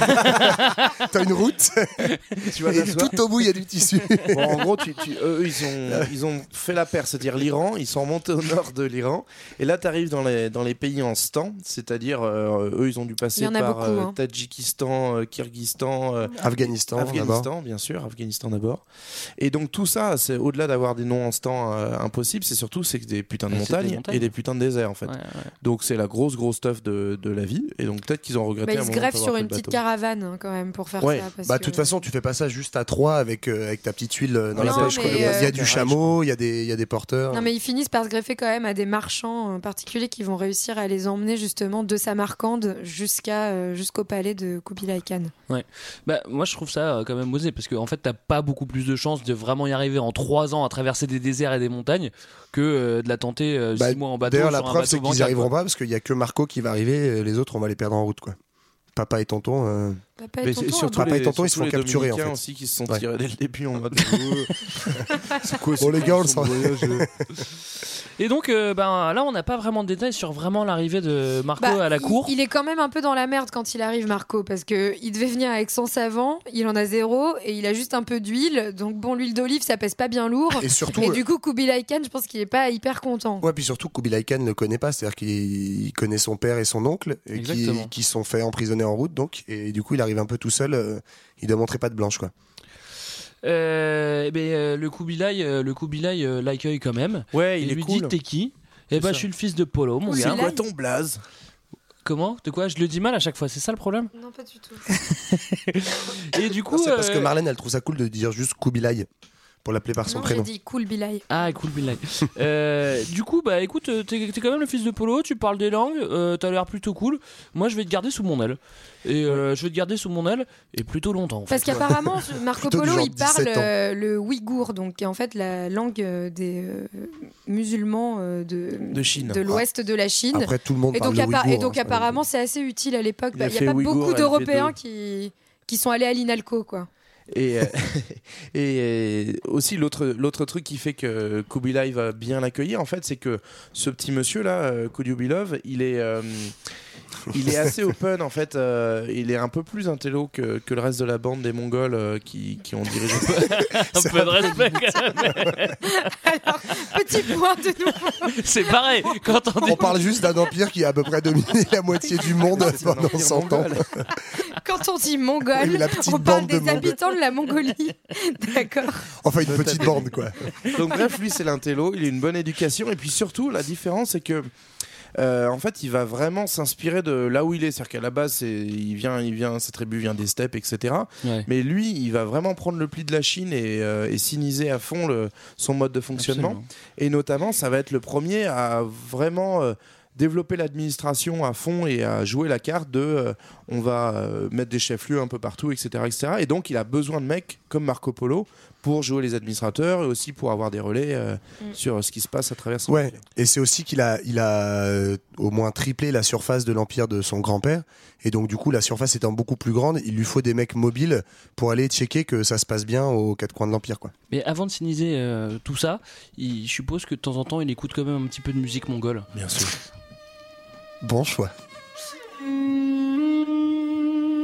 t'as une route, Tu vois et la soie tout au bout il y a du tissu. Bon, en gros, eux, ils ont fait la Perse, c'est-à-dire l'Iran. Ils sont montés au nord de l'Iran. Et là, tu arrives dans les pays en stan, c'est-à-dire eux, ils ont dû Il passer y en a par beaucoup, hein. Tadjikistan, Kyrgyzstan, Afghanistan d'abord. Afghanistan, bien sûr, Afghanistan d'abord. Et donc tout ça, c'est au-delà d'avoir des noms en stan impossibles, c'est surtout c'est des putains de Ouais, c'est des montagnes montagnes. et des putains de déserts en fait. Ouais, ouais. Donc c'est la grosse stuff de la vie. Et donc peut-être qu'ils ont regretté. Bah, à un ils se moment de greffent pas sur avoir une fait le petite bateau. caravane hein, quand même pour faire Ouais. ça. Parce Bah de que- toute façon, tu fais pas ça juste à 3 avec ta petite huile dans la Non, pêche. quoi. mais, Il y a c'est du pareil, chameau, il y a des porteurs. Non mais ils finissent par se greffer quand même à des marchands particuliers qui vont réussir à les emmener justement de Samarcande jusqu'au palais de Kubilai Khan. Bah, moi, je trouve ça quand même osé parce qu'en fait, t'as pas beaucoup plus de chances de vraiment y arriver en 3 ans à traverser des déserts et des montagnes que de la tenter 6 Bah, mois en bateau. D'ailleurs, sur la un preuve, bateau c'est qu'ils n'y bancal, arriveront quoi. pas parce qu'il y a que Marco qui va arriver, les autres, on va les perdre en route. Quoi. Papa et tonton. Papa Mais et tonton, surtout Papa et les, tonton, ils se surtout font les capturer, en Dominicains fait. aussi qui se sont Ouais. tirés dès le début en mode. C'est quoi, Bon, les gars, on le sent. Et donc, là, on n'a pas vraiment de détails sur vraiment l'arrivée de Marco Bah, à la cour. Il est quand même un peu dans la merde quand il arrive, Marco, parce que il devait venir avec 100 savants, il en a 0 et il a juste un peu d'huile. Donc bon, l'huile d'olive, ça pèse pas bien lourd. Et surtout, Et du coup, Kubilai Khan, je pense qu'il est pas hyper content. ouais, puis surtout, Kubilai Khan ne le connaît pas, c'est-à-dire qu'il connaît son père et son oncle, et Exactement. qui sont fait emprisonner en route, donc, et du coup, il arrive un peu tout seul, il doit montrer pas de blanche, quoi. Le Kubilai l'accueille quand même. Ouais, Il il est lui cool. dit t'es qui Eh ben, ça. je suis le fils de Polo, mon Oui, gars. là, Quoi ton blaze? Comment De quoi Je le dis mal à chaque fois, c'est ça le problème Non, pas du tout. Et du coup. Non, c'est parce que Marlène, elle trouve ça cool de dire juste Kubilai pour l'appeler par son Non, j'ai prénom. dit cool Bilai. Ah, cool, Bilal. Du coup, bah écoute, t'es quand même le fils de Polo, tu parles des langues, t'as l'air plutôt cool. Moi, je vais te garder sous mon aile. Et je vais te garder sous mon aile, et plutôt longtemps. En Parce fait. qu'apparemment, Marco Plutôt du Polo, genre il parle 17 ans. le ouïghour, donc qui est en fait la langue des musulmans De Chine. de l'ouest de la Chine. Après, tout le monde Et parle donc, le ouïghour, et donc hein, c'est pas- apparemment, c'est assez utile à l'époque. Il a Il n'y a fait pas ouïghour, beaucoup LV2. d'Européens qui sont allés à l'INALCO, quoi. Et, aussi l'autre truc qui fait que Kubilai va bien l'accueillir en fait, c'est que ce petit monsieur là, Kubilov, il est assez open en fait. Il est un peu plus intello que le reste de la bande des Mongols qui ont dirigé. Un peu de respect quand même. Alors, petit point de nouveau. C'est pareil, quand on dit. On parle juste d'un empire qui a à peu près dominé la moitié du monde C'est un pendant empire 100 ans. mongol. Quand on dit mongol, Oui, la petite on parle bande de des Mongols. habitants de la Mongolie. D'accord. Enfin, une petite bande, quoi. Donc bref, lui c'est l'intello, il a une bonne éducation et puis surtout la différence c'est que en fait, il va vraiment s'inspirer de là où il est. C'est-à-dire qu'à la base, sa tribu vient des steppes, etc. Ouais. Mais lui, il va vraiment prendre le pli de la Chine et siniser à fond son mode de fonctionnement. Absolument. Et notamment, ça va être le premier à vraiment développer l'administration à fond et à jouer la carte de on va mettre des chefs-lieux un peu partout, etc., etc. Et donc, il a besoin de mecs comme Marco Polo pour jouer les administrateurs et aussi pour avoir des relais sur ce qui se passe à travers son Ouais, empire. et c'est aussi qu'il a au moins triplé la surface de l'empire de son grand-père. Et donc, du coup, la surface étant beaucoup plus grande, il lui faut des mecs mobiles pour aller checker que ça se passe bien aux quatre coins de l'empire, quoi. Mais avant de siniser tout ça, je suppose que de temps en temps, il écoute quand même un petit peu de musique mongole. Bien sûr. Bon choix.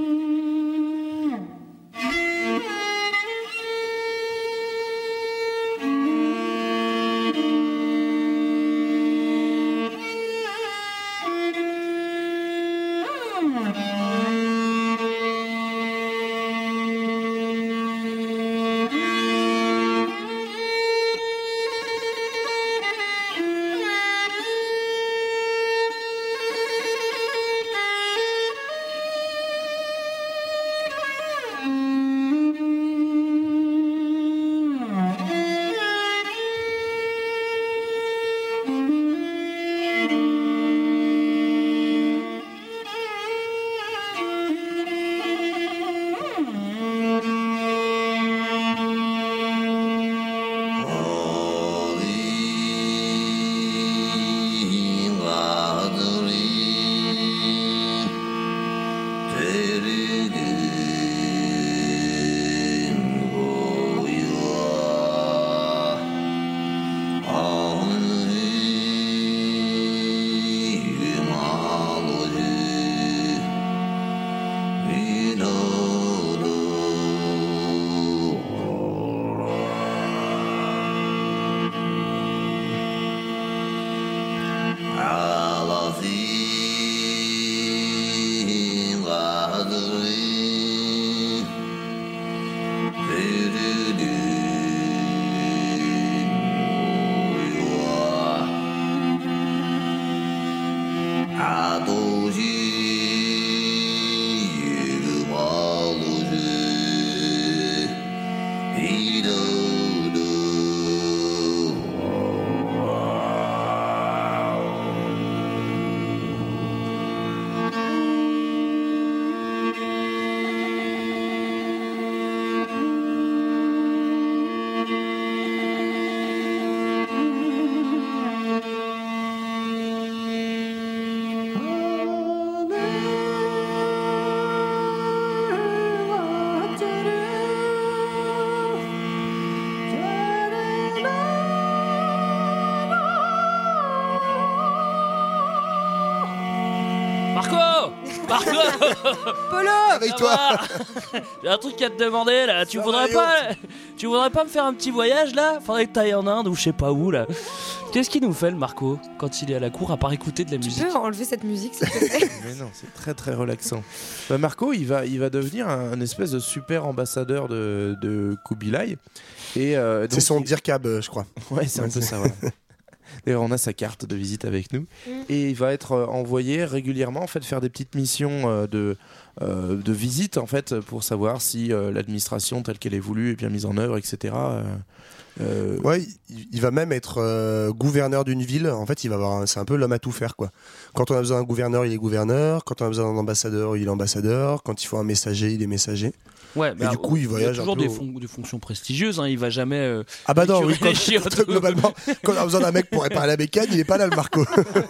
Polo, avec toi. J'ai un truc à te demander là. Tu voudrais pas me faire un petit voyage là? Faudrait que t'ailles en Inde ou je sais pas où là. Qu'est-ce qu'il nous fait le Marco quand il est à la cour à part écouter de la musique? Tu peux enlever cette musique s'il te plaît? Mais non, c'est très très relaxant. Marco, il va devenir un espèce de super ambassadeur de Kubilai. Et c'est son dirkab, je crois. Ouais, c'est un peu ça. Voilà. D'ailleurs, on a sa carte de visite avec nous. Et il va être envoyé régulièrement en fait faire des petites missions de visite en fait pour savoir si l'administration telle qu'elle est voulue est bien mise en œuvre, etc. Ouais, il va même être gouverneur d'une ville. En fait, c'est un peu l'homme à tout faire, quoi. Quand on a besoin d'un gouverneur, il est gouverneur. Quand on a besoin d'un ambassadeur, il est ambassadeur. Quand il faut un messager, il est messager. Ouais, et du coup, il voyage toujours un peu des fonctions prestigieuses. Hein. Il va jamais. Ah bah non, oui, globalement, quand on a besoin d'un mec pour réparer la bécane, il est pas là, le Marco.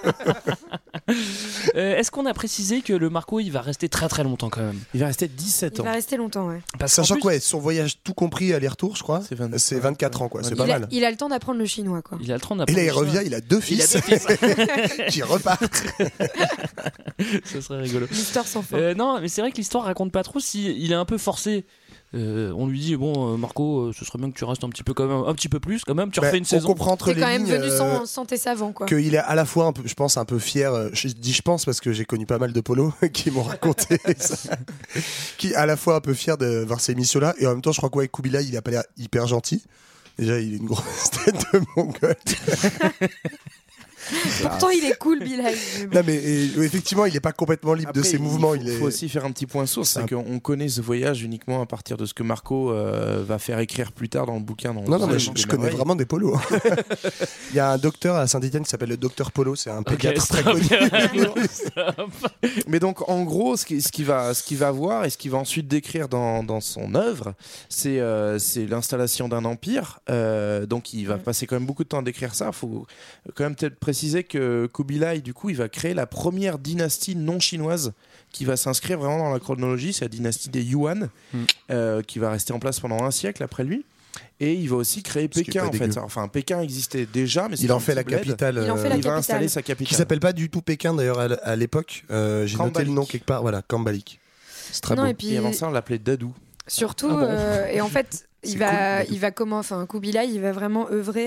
Est-ce qu'on a précisé que le Marco, il va rester très très longtemps quand même? Il va rester 17 ans. Il va rester longtemps, ouais. Sachant que son voyage tout compris aller-retour, je crois, c'est 24 ans, quoi. C'est pas mal. Il a le temps d'apprendre le chinois, quoi. Il a le temps Et d'apprendre. là, il revient, il a 2 fils qui repartent. Ça serait rigolo. L'histoire sans fin. Non, mais c'est vrai que l'histoire raconte pas trop si il est un peu forcé. On lui dit Marco, ce serait bien que tu restes un petit peu plus quand même. Tu refais une saison. On comprend entre les lignes. T'es quand même venu sans tes savants, quoi. Qu'il est à la fois je pense un peu fier. Je dis je pense parce que j'ai connu pas mal de polos qui m'ont raconté ça. Qui est à la fois un peu fier de voir ces missions-là et en même temps, je crois qu'avec Kubilai, il a pas l'air hyper gentil. Déjà, il a une grosse tête de mongol. Pourtant, il est cool, Bilal. Non, mais effectivement, il n'est pas complètement libre de ses mouvements. Il faut aussi faire un petit point source, c'est qu'on connaît ce voyage uniquement à partir de ce que Marco va faire écrire plus tard dans le bouquin. Non, mais je connais vraiment des polos. Il y a un docteur à Saint-Étienne qui s'appelle le docteur Polo, c'est un pédiatre très connu. Mais donc, en gros, ce qu'il va voir et ce qu'il va ensuite décrire dans son œuvre, c'est l'installation d'un empire. Donc, il va passer quand même beaucoup de temps à décrire ça. Il faut quand même peut-être préciser que Kubilai, du coup, il va créer la première dynastie non chinoise qui va s'inscrire vraiment dans la chronologie. C'est la dynastie des Yuan, qui va rester en place pendant un siècle après lui. Et il va aussi créer Pékin, en fait. Enfin, Pékin existait déjà, mais il en fait la capitale. Il va installer sa capitale. Qui s'appelle pas du tout Pékin, d'ailleurs, à l'époque. J'ai noté le nom quelque part. Voilà, Kambalik. C'est très beau. Et avant ça, on l'appelait Dadou. Surtout, et en fait, il va comment, enfin, Kubilai, il va vraiment œuvrer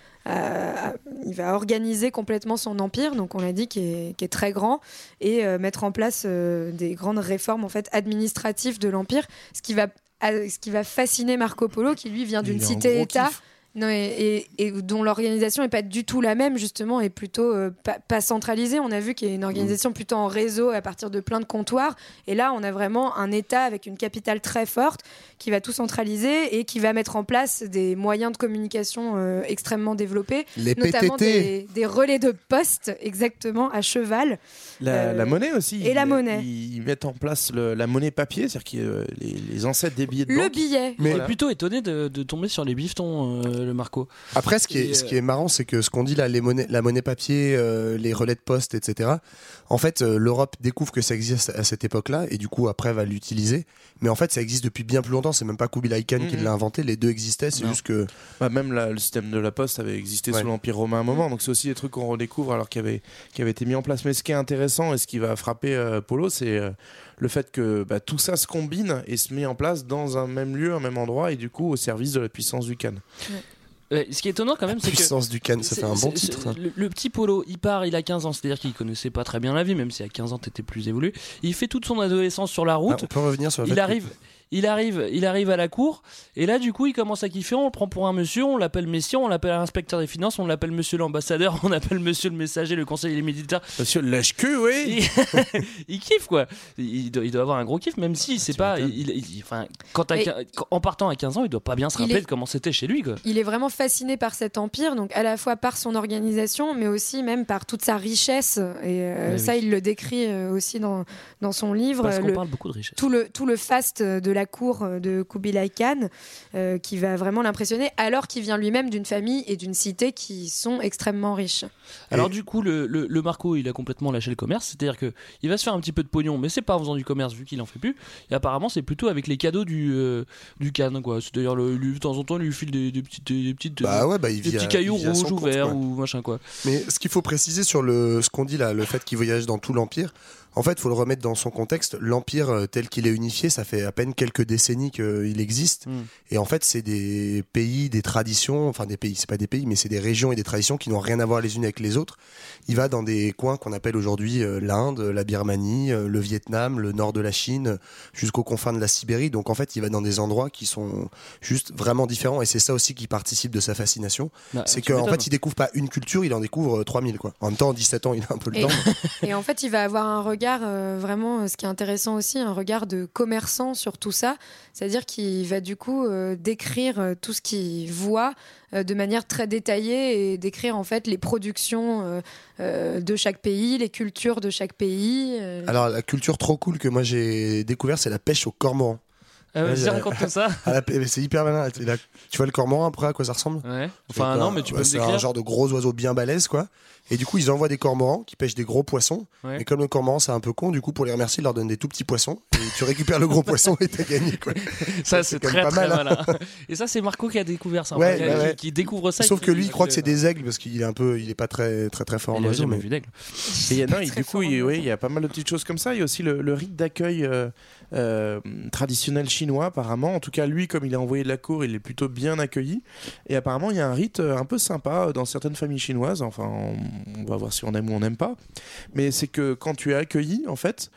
il va organiser complètement son empire, donc on l'a dit, qui est très grand, et mettre en place des grandes réformes en fait administratives de l'empire, ce qui va fasciner Marco Polo, qui lui vient d'une cité-État. Non, et dont l'organisation n'est pas du tout la même, justement, et plutôt pas centralisée. On a vu qu'il y a une organisation plutôt en réseau à partir de plein de comptoirs. Et là, on a vraiment un État avec une capitale très forte qui va tout centraliser et qui va mettre en place des moyens de communication extrêmement développés. Notamment des relais de poste, exactement, à cheval. La monnaie aussi. Et la monnaie. Ils mettent en place la monnaie papier, c'est-à-dire les ancêtres des billets de banque. Le billet. Mais on est plutôt étonné de tomber sur les bifetons, le Marco. Après, ce qui est marrant, c'est que ce qu'on dit là, la monnaie papier, les relais de poste, etc. En fait, l'Europe découvre que ça existe à cette époque-là et du coup, après, va l'utiliser. Mais en fait, ça existe depuis bien plus longtemps. C'est même pas Kubilai Khan qui l'a inventé. Les deux existaient. C'est juste que même le système de la poste avait existé sous l'Empire romain à un moment. Donc c'est aussi des trucs qu'on redécouvre alors qui avaient été mis en place. Mais ce qui est intéressant et ce qui va frapper Polo, c'est le fait que tout ça se combine et se met en place dans un même lieu, un même endroit et du coup au service de la puissance du Khan. Ce qui est étonnant quand même, c'est que puissance du Khan, ça fait un bon titre. Le petit Polo, il a 15 ans, c'est-à-dire qu'il connaissait pas très bien la vie, même si à 15 ans t'étais plus évolué. Il fait toute son adolescence sur la route. On peut revenir sur le Il arrive à la cour et là du coup il commence à kiffer, on le prend pour un monsieur, on l'appelle messieurs, on l'appelle inspecteur des finances, on l'appelle monsieur l'ambassadeur, on l'appelle monsieur le messager, le conseiller militaire. Monsieur le lâche-cul, oui. Il kiffe quoi. Il doit avoir un gros kiff, même si c'est pas. En partant à 15 ans, il doit pas bien se rappeler de comment c'était chez lui quoi. Il est vraiment fasciné par cet empire, donc à la fois par son organisation, mais aussi même par toute sa richesse. Et il le décrit aussi dans son livre. Parce qu'on parle beaucoup de richesse. Tout le faste de la cour de Kubilai Khan qui va vraiment l'impressionner, alors qu'il vient lui-même d'une famille et d'une cité qui sont extrêmement riches. Alors du coup le Marco il a complètement lâché le commerce, c'est-à-dire que il va se faire un petit peu de pognon, mais c'est pas en faisant du commerce vu qu'il en fait plus, et apparemment c'est plutôt avec les cadeaux du Khan quoi. C'est-à-dire lui, de temps en temps il lui file des petits cailloux rouges ou verts ou machin quoi. Mais ce qu'il faut préciser sur ce qu'on dit là, le fait qu'il voyage dans tout l'empire, En fait, il faut le remettre dans son contexte. L'Empire tel qu'il est unifié, ça fait à peine quelques décennies qu'il existe. Et en fait, c'est des pays, des traditions, enfin des pays, c'est pas des pays, mais c'est des régions et des traditions qui n'ont rien à voir les unes avec les autres. Il va dans des coins qu'on appelle aujourd'hui l'Inde, la Birmanie, le Vietnam, le nord de la Chine, jusqu'aux confins de la Sibérie. Donc en fait, il va dans des endroits qui sont juste vraiment différents. Et c'est ça aussi qui participe de sa fascination. C'est qu'en fait, il découvre pas une culture, il en découvre 3000 quoi. En même temps, en 17 ans, il a un peu le temps. Et en fait, il va avoir un regard vraiment, ce qui est intéressant aussi, un regard de commerçant sur tout ça. C'est-à-dire qu'il va du coup décrire tout ce qu'il voit de manière très détaillée et décrire en fait les productions de chaque pays, les cultures de chaque pays. Alors la culture trop cool que moi j'ai découvert, c'est la pêche au cormoran. Vas-y, raconte ça. C'est hyper malin. Tu vois le cormoran après à quoi ça ressemble? Ouais. Enfin non, mais tu peux me décrire. C'est un genre de gros oiseau bien balèze quoi. Et du coup ils envoient des cormorans qui pêchent des gros poissons. Et comme le cormoran c'est un peu con, du coup pour les remercier ils leur donnent des tout petits poissons. Et tu récupères le gros poisson et t'as gagné quoi. Ça c'est très pas très malin. Et ça c'est Marco qui a découvert ça. Qui découvre ça. Sauf que lui il croit que c'est des aigles parce qu'il est il est pas très fort en oiseau. Il a jamais vu d'aigle. Du coup il y a pas mal de petites choses comme ça. Il y a aussi le rite d'accueil traditionnel chinois apparemment. En tout cas lui comme il est envoyé de la cour il est plutôt bien accueilli. Et apparemment il y a un rite un peu sympa dans certaines familles chinoises. Enfin on va voir si on aime ou on n'aime pas. Mais c'est que quand tu es accueilli en fait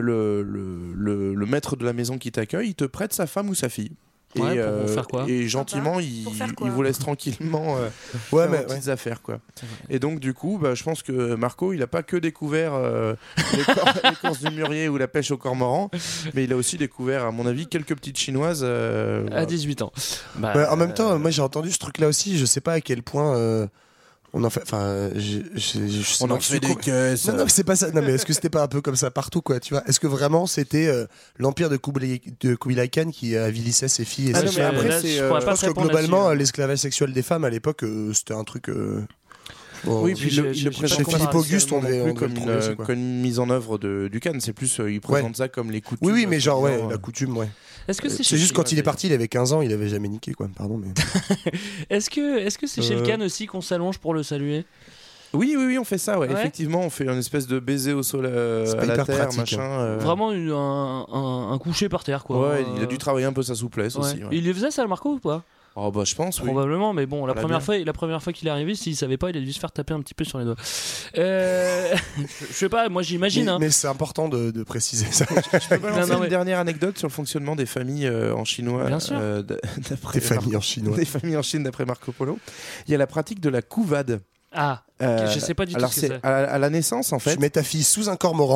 le maître de la maison qui t'accueille il te prête sa femme ou sa fille. Ouais, pour faire quoi? Et gentiment, il vous laisse tranquillement faire vos petites affaires, quoi. Et donc, du coup, je pense que Marco, il n'a pas que découvert les courses du mûrier ou la pêche au cormoran, mais il a aussi découvert, à mon avis, quelques petites chinoises. À 18 ans. En même temps, moi j'ai entendu ce truc-là aussi, je sais pas à quel point. On en fait, enfin, on en fait des caisses. Non, mais c'est pas ça. Non, mais est-ce que c'était pas un peu comme ça partout, quoi, tu vois? Est-ce que vraiment c'était l'empire de Kublai Khan qui avilissait ses filles et ses femmes? Je pense que globalement, l'esclavage sexuel des femmes à l'époque, c'était un truc. Oui, puis il le présente Philippe Auguste, on plus comme une mise en œuvre du Khan. C'est plus, il présente ça comme les coutumes. Oui, mais genre, la coutume, ouais. Est-ce que c'est juste quand il est parti, il avait 15 ans, il avait jamais niqué, quoi. Pardon, mais. Est-ce que c'est chez le Khan aussi qu'on s'allonge pour le saluer? Oui, on fait ça, ouais. Effectivement, on fait une espèce de baiser au sol à la terre, pratique, machin. Vraiment un coucher par terre, quoi. Ouais, il a dû travailler un peu sa souplesse aussi. Ouais. Il les faisait ça, le Marco, ou pas? Oh je pense probablement, mais bon, la première fois qu'il est arrivé, s'il savait pas, il a dû se faire taper un petit peu sur les doigts. Je sais pas, moi j'imagine. Mais c'est important de préciser ça. Je peux balancer une dernière anecdote sur le fonctionnement des familles en chinois. Bien sûr. Des familles en chinois. Des familles en Chine d'après Marco Polo. Il y a la pratique de la couvade. Ah, je sais pas du tout ce que c'est. À la naissance, en fait. Tu mets ta fille sous un cormoran.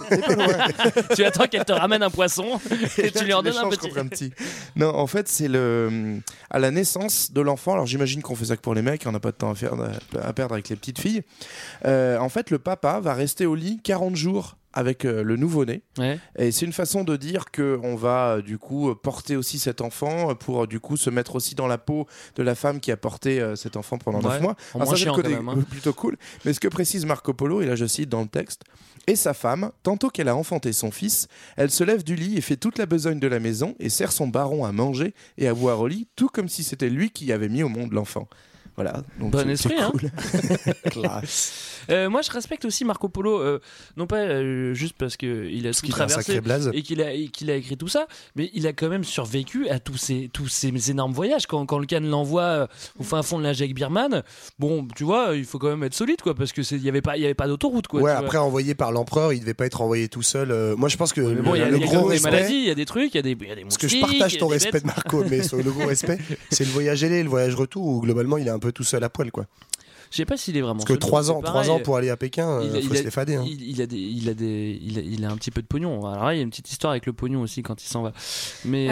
Tu attends qu'elle te ramène un poisson et tu lui en donnes un petit. Non, en fait, c'est à la naissance de l'enfant. Alors, j'imagine qu'on fait ça que pour les mecs, on n'a pas de temps à perdre avec les petites filles. En fait, le papa va rester au lit 40 jours avec le nouveau-né. Ouais. Et c'est une façon de dire qu'on va du coup porter aussi cet enfant pour du coup se mettre aussi dans la peau de la femme qui a porté cet enfant pendant 9 mois. Alors ça, c'est le côté plutôt cool. Mais ce que précise Marco Polo, et là je cite dans le texte, et sa femme, tantôt qu'elle a enfanté son fils, elle se lève du lit et fait toute la besogne de la maison et sert son baron à manger et à boire au lit, tout comme si c'était lui qui avait mis au monde l'enfant. Voilà, donc bon esprit, cool. Classe. Moi, je respecte aussi Marco Polo, non pas juste parce qu'il a tout traversé et qu'il a écrit tout ça, mais il a quand même survécu à tous ces énormes voyages. Quand le Khan l'envoie au fin fond de la Jacques Birman, bon, tu vois, il faut quand même être solide, quoi, parce que il y avait pas d'autoroute, quoi. Ouais, après envoyé par l'empereur, il devait pas être envoyé tout seul. Moi, je pense que il y a le gros respect, des maladies, il y a des trucs, il y a des moustiques. Parce que je partage ton respect de Marco, mais le gros respect, c'est le voyage aller, le voyage retour, où globalement, il est un peu tout seul à poil, quoi. Je sais pas s'il est vraiment. Parce que 3 ans pour aller à Pékin, faut se les fader. Hein. Il a un petit peu de pognon. Alors là, il y a une petite histoire avec le pognon aussi quand il s'en va. Mais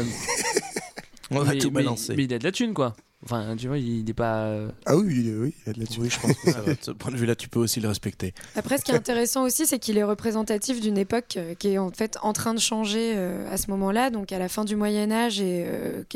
on va tout balancer. Mais il a de la thune, quoi. Enfin, tu vois, il n'est pas. Ah oui, il a de la thune. Oui, je pense que ça va. De ce point de vue-là, tu peux aussi le respecter. Après, ce qui est intéressant aussi, c'est qu'il est représentatif d'une époque qui est en fait en train de changer à ce moment-là, donc à la fin du Moyen-Âge et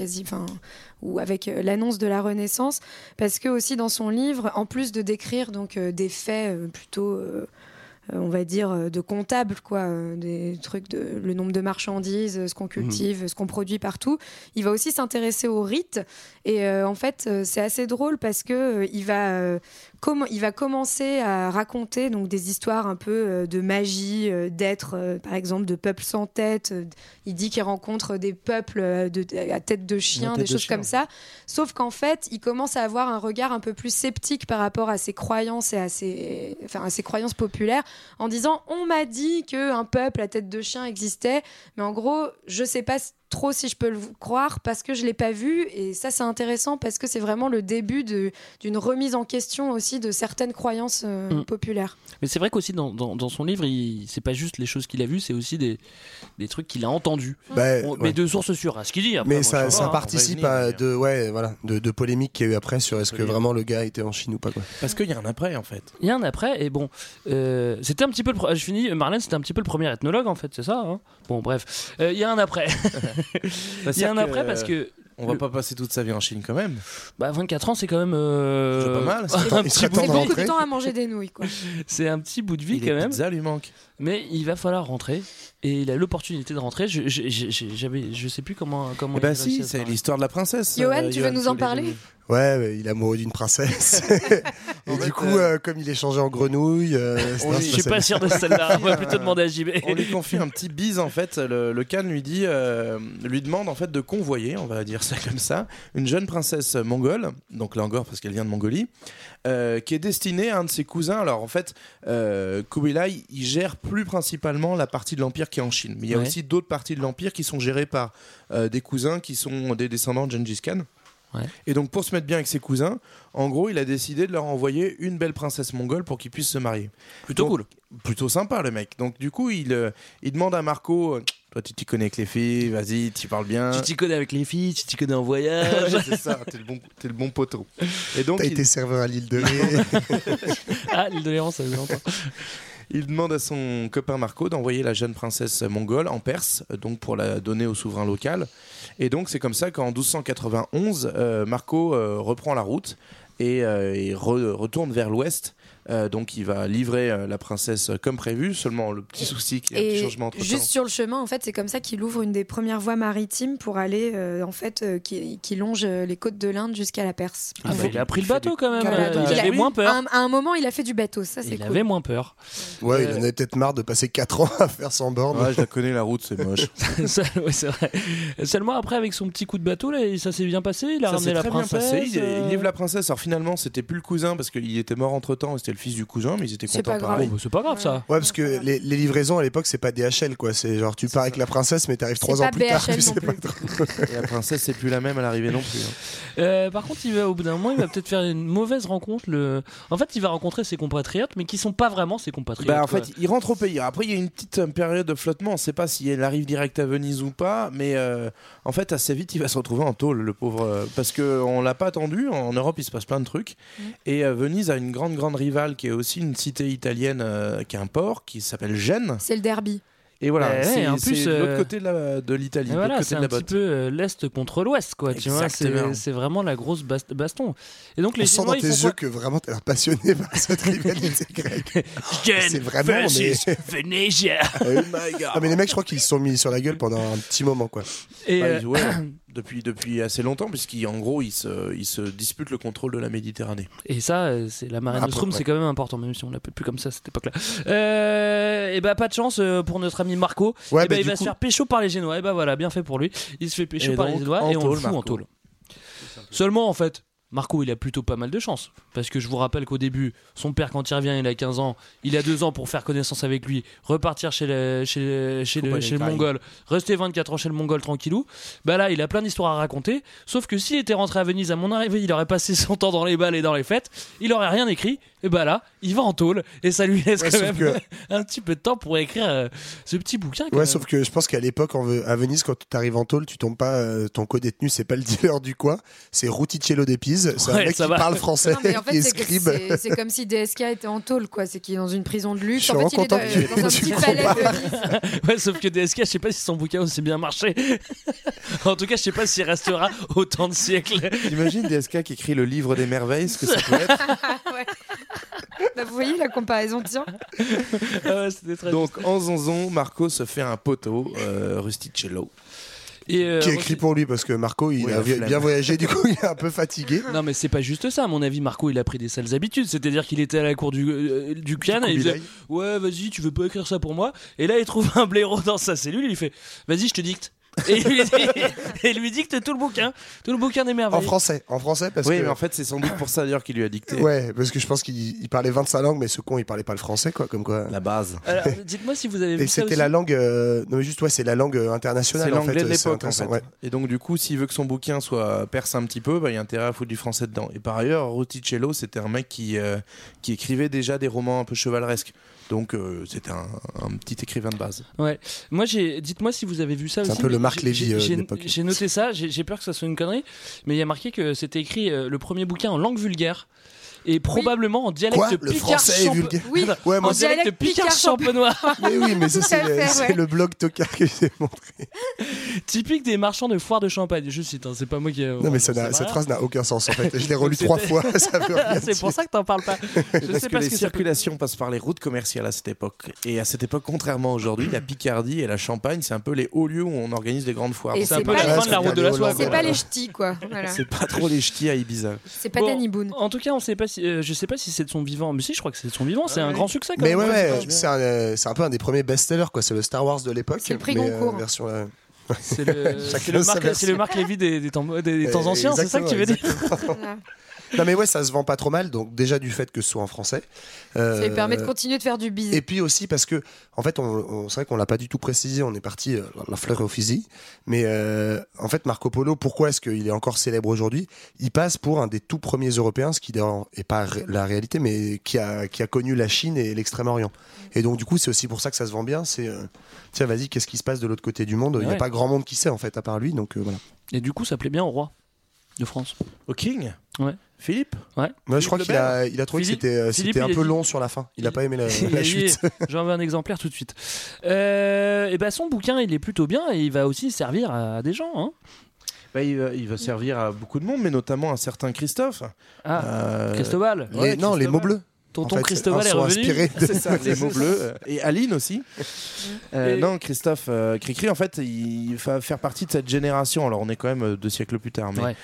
ou avec l'annonce de la Renaissance, parce que aussi dans son livre, en plus de décrire donc des faits plutôt on va dire de comptable, quoi, des trucs le nombre de marchandises, ce qu'on cultive, ce qu'on produit partout, il va aussi s'intéresser aux rites et en fait c'est assez drôle parce que il va il va commencer à raconter donc des histoires un peu de magie, d'êtres, par exemple de peuples sans tête. Il dit qu'il rencontre des peuples à tête de chien, des choses comme ça. Sauf qu'en fait, il commence à avoir un regard un peu plus sceptique par rapport à ses croyances et à ses croyances populaires, en disant on m'a dit qu'un peuple à tête de chien existait, mais en gros, je sais pas trop si je peux le croire parce que je l'ai pas vu. Et ça, c'est intéressant parce que c'est vraiment le début d'une remise en question aussi de certaines croyances populaires. Mais c'est vrai qu'aussi dans son livre, c'est pas juste les choses qu'il a vues, c'est aussi des trucs qu'il a entendus. Mais de sources sûres, à ce qu'il dit. Après, mais ça participe de polémiques qu'il y a eu après sur est-ce que vraiment le gars était en Chine ou pas, quoi. Parce qu'il y a un après, en fait. Il y a un après, et bon, c'était un petit peu je finis, Marlène, c'était un petit peu le premier ethnologue, en fait, c'est ça, hein. Bon, bref, il y a un après. Il y a un après parce que on va pas passer toute sa vie en Chine quand même. 24 ans, c'est quand même c'est pas mal. C'est beaucoup de temps à manger des nouilles, quoi. C'est un petit bout de vie quand même. Les pizzas lui manquent. Mais il va falloir rentrer et il a l'opportunité de rentrer. Je sais plus comment. Si, c'est l'histoire de la princesse. Johan, tu veux nous en parler? Ouais, il est amoureux d'une princesse. Et du coup, comme il est changé en grenouille. Je suis pas sûr de celle-là. On va plutôt demander à JB. On lui confie un petit bise en fait. Le Khan lui demande en fait de convoyer, on va dire ça comme ça, une jeune princesse mongole, donc là encore parce qu'elle vient de Mongolie, qui est destinée à un de ses cousins. Alors en fait, Kubilai, il gère plus principalement la partie de l'Empire qui est en Chine. Mais il y a aussi d'autres parties de l'Empire qui sont gérées par des cousins qui sont des descendants de Gengis Khan. Ouais. Et donc pour se mettre bien avec ses cousins, en gros il a décidé de leur envoyer une belle princesse mongole pour qu'ils puissent se marier. Plutôt cool. Plutôt sympa le mec. Donc du coup il demande à Marco, toi tu t'y connais avec les filles, vas-y tu parles bien. Tu t'y connais avec les filles, tu t'y connais en voyage. Ouais, c'est ça, t'es le bon poteau. Et donc, t'as été serveur à l'île de Lé. L'île de Léron ça fait longtemps. Il demande à son copain Marco d'envoyer la jeune princesse mongole en Perse, donc pour la donner au souverain local. Et donc c'est comme ça qu'en 1291, Marco reprend la route et retourne vers l'ouest. Donc il va livrer la princesse comme prévu, seulement le petit souci qu'il y a un petit changement entre temps. Juste sur le chemin, en fait, c'est comme ça qu'il ouvre une des premières voies maritimes pour aller, qui longe les côtes de l'Inde jusqu'à la Perse. Il a pris le bateau quand même. Il avait moins peur. À un moment, il a fait du bateau, ça c'est cool. Il avait moins peur. Ouais, il en avait peut-être marre de passer 4 ans à faire sans borne. Ouais, je la connais la route, c'est moche. Ouais, c'est vrai. Seulement après, avec son petit coup de bateau, là, ça s'est bien passé. Il a ramené la princesse. Il livre la princesse. Alors finalement, c'était plus le cousin parce qu'il était mort entre temps. C'était le fils du cousin, mais ils étaient contents pareil. C'est pas grave ça. Ouais, parce que les livraisons à l'époque, c'est pas DHL quoi. C'est genre tu pars avec la princesse, mais t'arrives 3 ans plus tard. Tu sais pas trop. Et la princesse, c'est plus la même à l'arrivée non plus. Par contre, au bout d'un moment, il va peut-être faire une mauvaise rencontre. En fait, il va rencontrer ses compatriotes, mais qui sont pas vraiment ses compatriotes. En fait, il rentre au pays. Après, il y a une petite période de flottement. On sait pas si elle arrive direct à Venise ou pas, mais en fait, assez vite, il va se retrouver en tôle, le pauvre, parce que on l'a pas attendu. En Europe, il se passe plein de trucs. Et Venise a une grande rivale qui est aussi une cité italienne, qui a un port qui s'appelle Gênes. C'est le derby. Et voilà, c'est l'autre côté de l'Italie. Voilà, c'est un petit peu l'Est contre l'Ouest, quoi. Tu vois, c'est vraiment la grosse baston. Et donc, les Chinois, sent dans tes yeux que vraiment t'as l'air passionné par cette rivalité grecque. C'est vraiment Venezia. Oh my God. Non, mais les mecs, je crois qu'ils se sont mis sur la gueule pendant un petit moment, quoi. Et depuis assez longtemps, puisqu'en gros, ils se disputent le contrôle de la Méditerranée. Et ça, c'est la Mare Nostrum, c'est quand même important, même si on l'appelle plus comme ça à cette époque-là. Et pas de chance pour notre ami Marco. Ouais, il va se faire pécho par les Génois. Et voilà, bien fait pour lui. Il se fait pécho par les Génois et on le fout en tôle. Seulement, en fait, Marco, il a plutôt pas mal de chance. Parce que je vous rappelle qu'au début, son père, quand il revient, il a 15 ans. Il a 2 ans pour faire connaissance avec lui, repartir chez le Mongol, rester 24 ans chez le Mongol tranquillou. Là, il a plein d'histoires à raconter. Sauf que s'il était rentré à Venise à mon arrivée, il aurait passé son temps dans les balles et dans les fêtes. Il aurait rien écrit. Et là, il va en tôle. Et ça lui laisse quand même un petit peu de temps pour écrire ce petit bouquin. Ouais, sauf que je pense qu'à l'époque, à Venise, quand tu arrives en tôle, tu tombes pas. Ton co-détenu, c'est pas le dealer du coin, c'est Ruticello des Pises. C'est un mec qui parle français, non, mais en fait, qui est scribe. C'est comme si DSK était en tôle, quoi. C'est qu'il est dans une prison de luxe. Je suis il est dans un petit palais de... Ouais, sauf que DSK, je sais pas si son bouquin aussi bien marché. En tout cas, je sais pas s'il restera autant de siècles. T'imagines DSK qui écrit le livre des merveilles, ce que ça peut être. Ouais. Vous voyez la comparaison, tiens. C'était très donc, en zonzon, Marco se fait un poteau, Rusticello. Qui est écrit pour lui parce que Marco il a bien voyagé, du coup il est un peu fatigué. Non mais c'est pas juste ça, à mon avis. Marco il a pris des sales habitudes, c'est-à-dire qu'il était à la cour du Kian et il disait ouais vas-y tu veux pas écrire ça pour moi, et là il trouve un blaireau dans sa cellule, il lui fait vas-y je te dicte. Et il lui dicte tout le bouquin des merveilles. En français parce que... Oui, mais en fait, c'est sans doute pour ça d'ailleurs qu'il lui a dicté. Ouais, parce que je pense qu'il parlait 25 langues, mais ce con, il parlait pas le français, quoi, comme quoi. La base. Alors, dites-moi si vous avez vu et ça c'était aussi. la langue... Non, mais juste, c'est la langue internationale, c'est l'anglais de c'est l'époque, en fait. ouais. Et donc, du coup, s'il veut que son bouquin soit perce un petit peu, il y a intérêt à foutre du français dedans. Et par ailleurs, Ruticello, c'était un mec qui écrivait déjà des romans un peu chevaleresques. Donc c'était un petit écrivain de base. Ouais. Moi dites-moi si vous avez vu ça aussi. C'est un peu le Marc Lévy de l'époque. J'ai noté ça, j'ai peur que ça soit une connerie, mais il y a marqué que c'était écrit le premier bouquin en langue vulgaire. Et probablement en dialecte le français est vulgaire. Oui, ouais, en dialecte picard champenois. Mais oui, mais ça c'est le blog Tocard que j'ai montré. Typique des marchands de foire de champagne. Je cite, c'est pas moi qui. Non mais cette phrase n'a aucun sens en fait. Je l'ai relu 3 fois. Ça veut rien c'est pour ça que t'en parles pas. Parce que les circulations passent par les routes commerciales à cette époque. Et à cette époque, contrairement à aujourd'hui, la Picardie et la Champagne, c'est un peu les hauts lieux où on organise les grandes foires. Et c'est un peu la fin de la route de la soie. C'est pas les ch'tis quoi. Voilà. C'est pas trop les ch'tis à Ibiza. C'est pas Danny Boone. En tout cas, on sait pas si, je sais pas si c'est de son vivant, mais si, je crois que c'est de son vivant. C'est un grand succès. Quand mais même. C'est un peu un des premiers best-sellers quoi. C'est le Star Wars de l'époque. C'est le prix Goncourt. Version. C'est le Marc Lévy des temps anciens, c'est ça que tu veux dire? Non mais ouais, ça se vend pas trop mal, donc déjà du fait que ce soit en français. Ça lui permet de continuer de faire du bise. Et puis aussi parce que, en fait, c'est vrai qu'on l'a pas du tout précisé, on est parti la fleur au fusil, mais en fait Marco Polo, pourquoi est-ce qu'il est encore célèbre aujourd'hui? Il passe pour un des tout premiers Européens, ce qui n'est pas la réalité, mais qui a connu la Chine et l'Extrême-Orient. Et donc du coup, c'est aussi pour ça que ça se vend bien, c'est tiens vas-y, qu'est-ce qui se passe de l'autre côté du monde? Il n'y a pas grand monde qui sait en fait, à part lui, donc voilà. Et du coup, ça plaît bien au roi de France. Au King? Ouais. Philippe? Ouais. Moi, je crois qu'il a trouvé que c'était un peu long sur la fin. Il a pas aimé la chute. J'en veux un exemplaire tout de suite. Et son bouquin, il est plutôt bien et il va aussi servir à des gens. Hein. Il va servir à beaucoup de monde, mais notamment à un certain Christophe. Cristobal. Les mots bleus. Tonton en fait, Cristobal est revenu. C'est ça, les mots bleus. Et Aline aussi. Non, Christophe Cricri, en fait, il va faire partie de cette génération. Alors, on est quand même 2 siècles plus tard, mais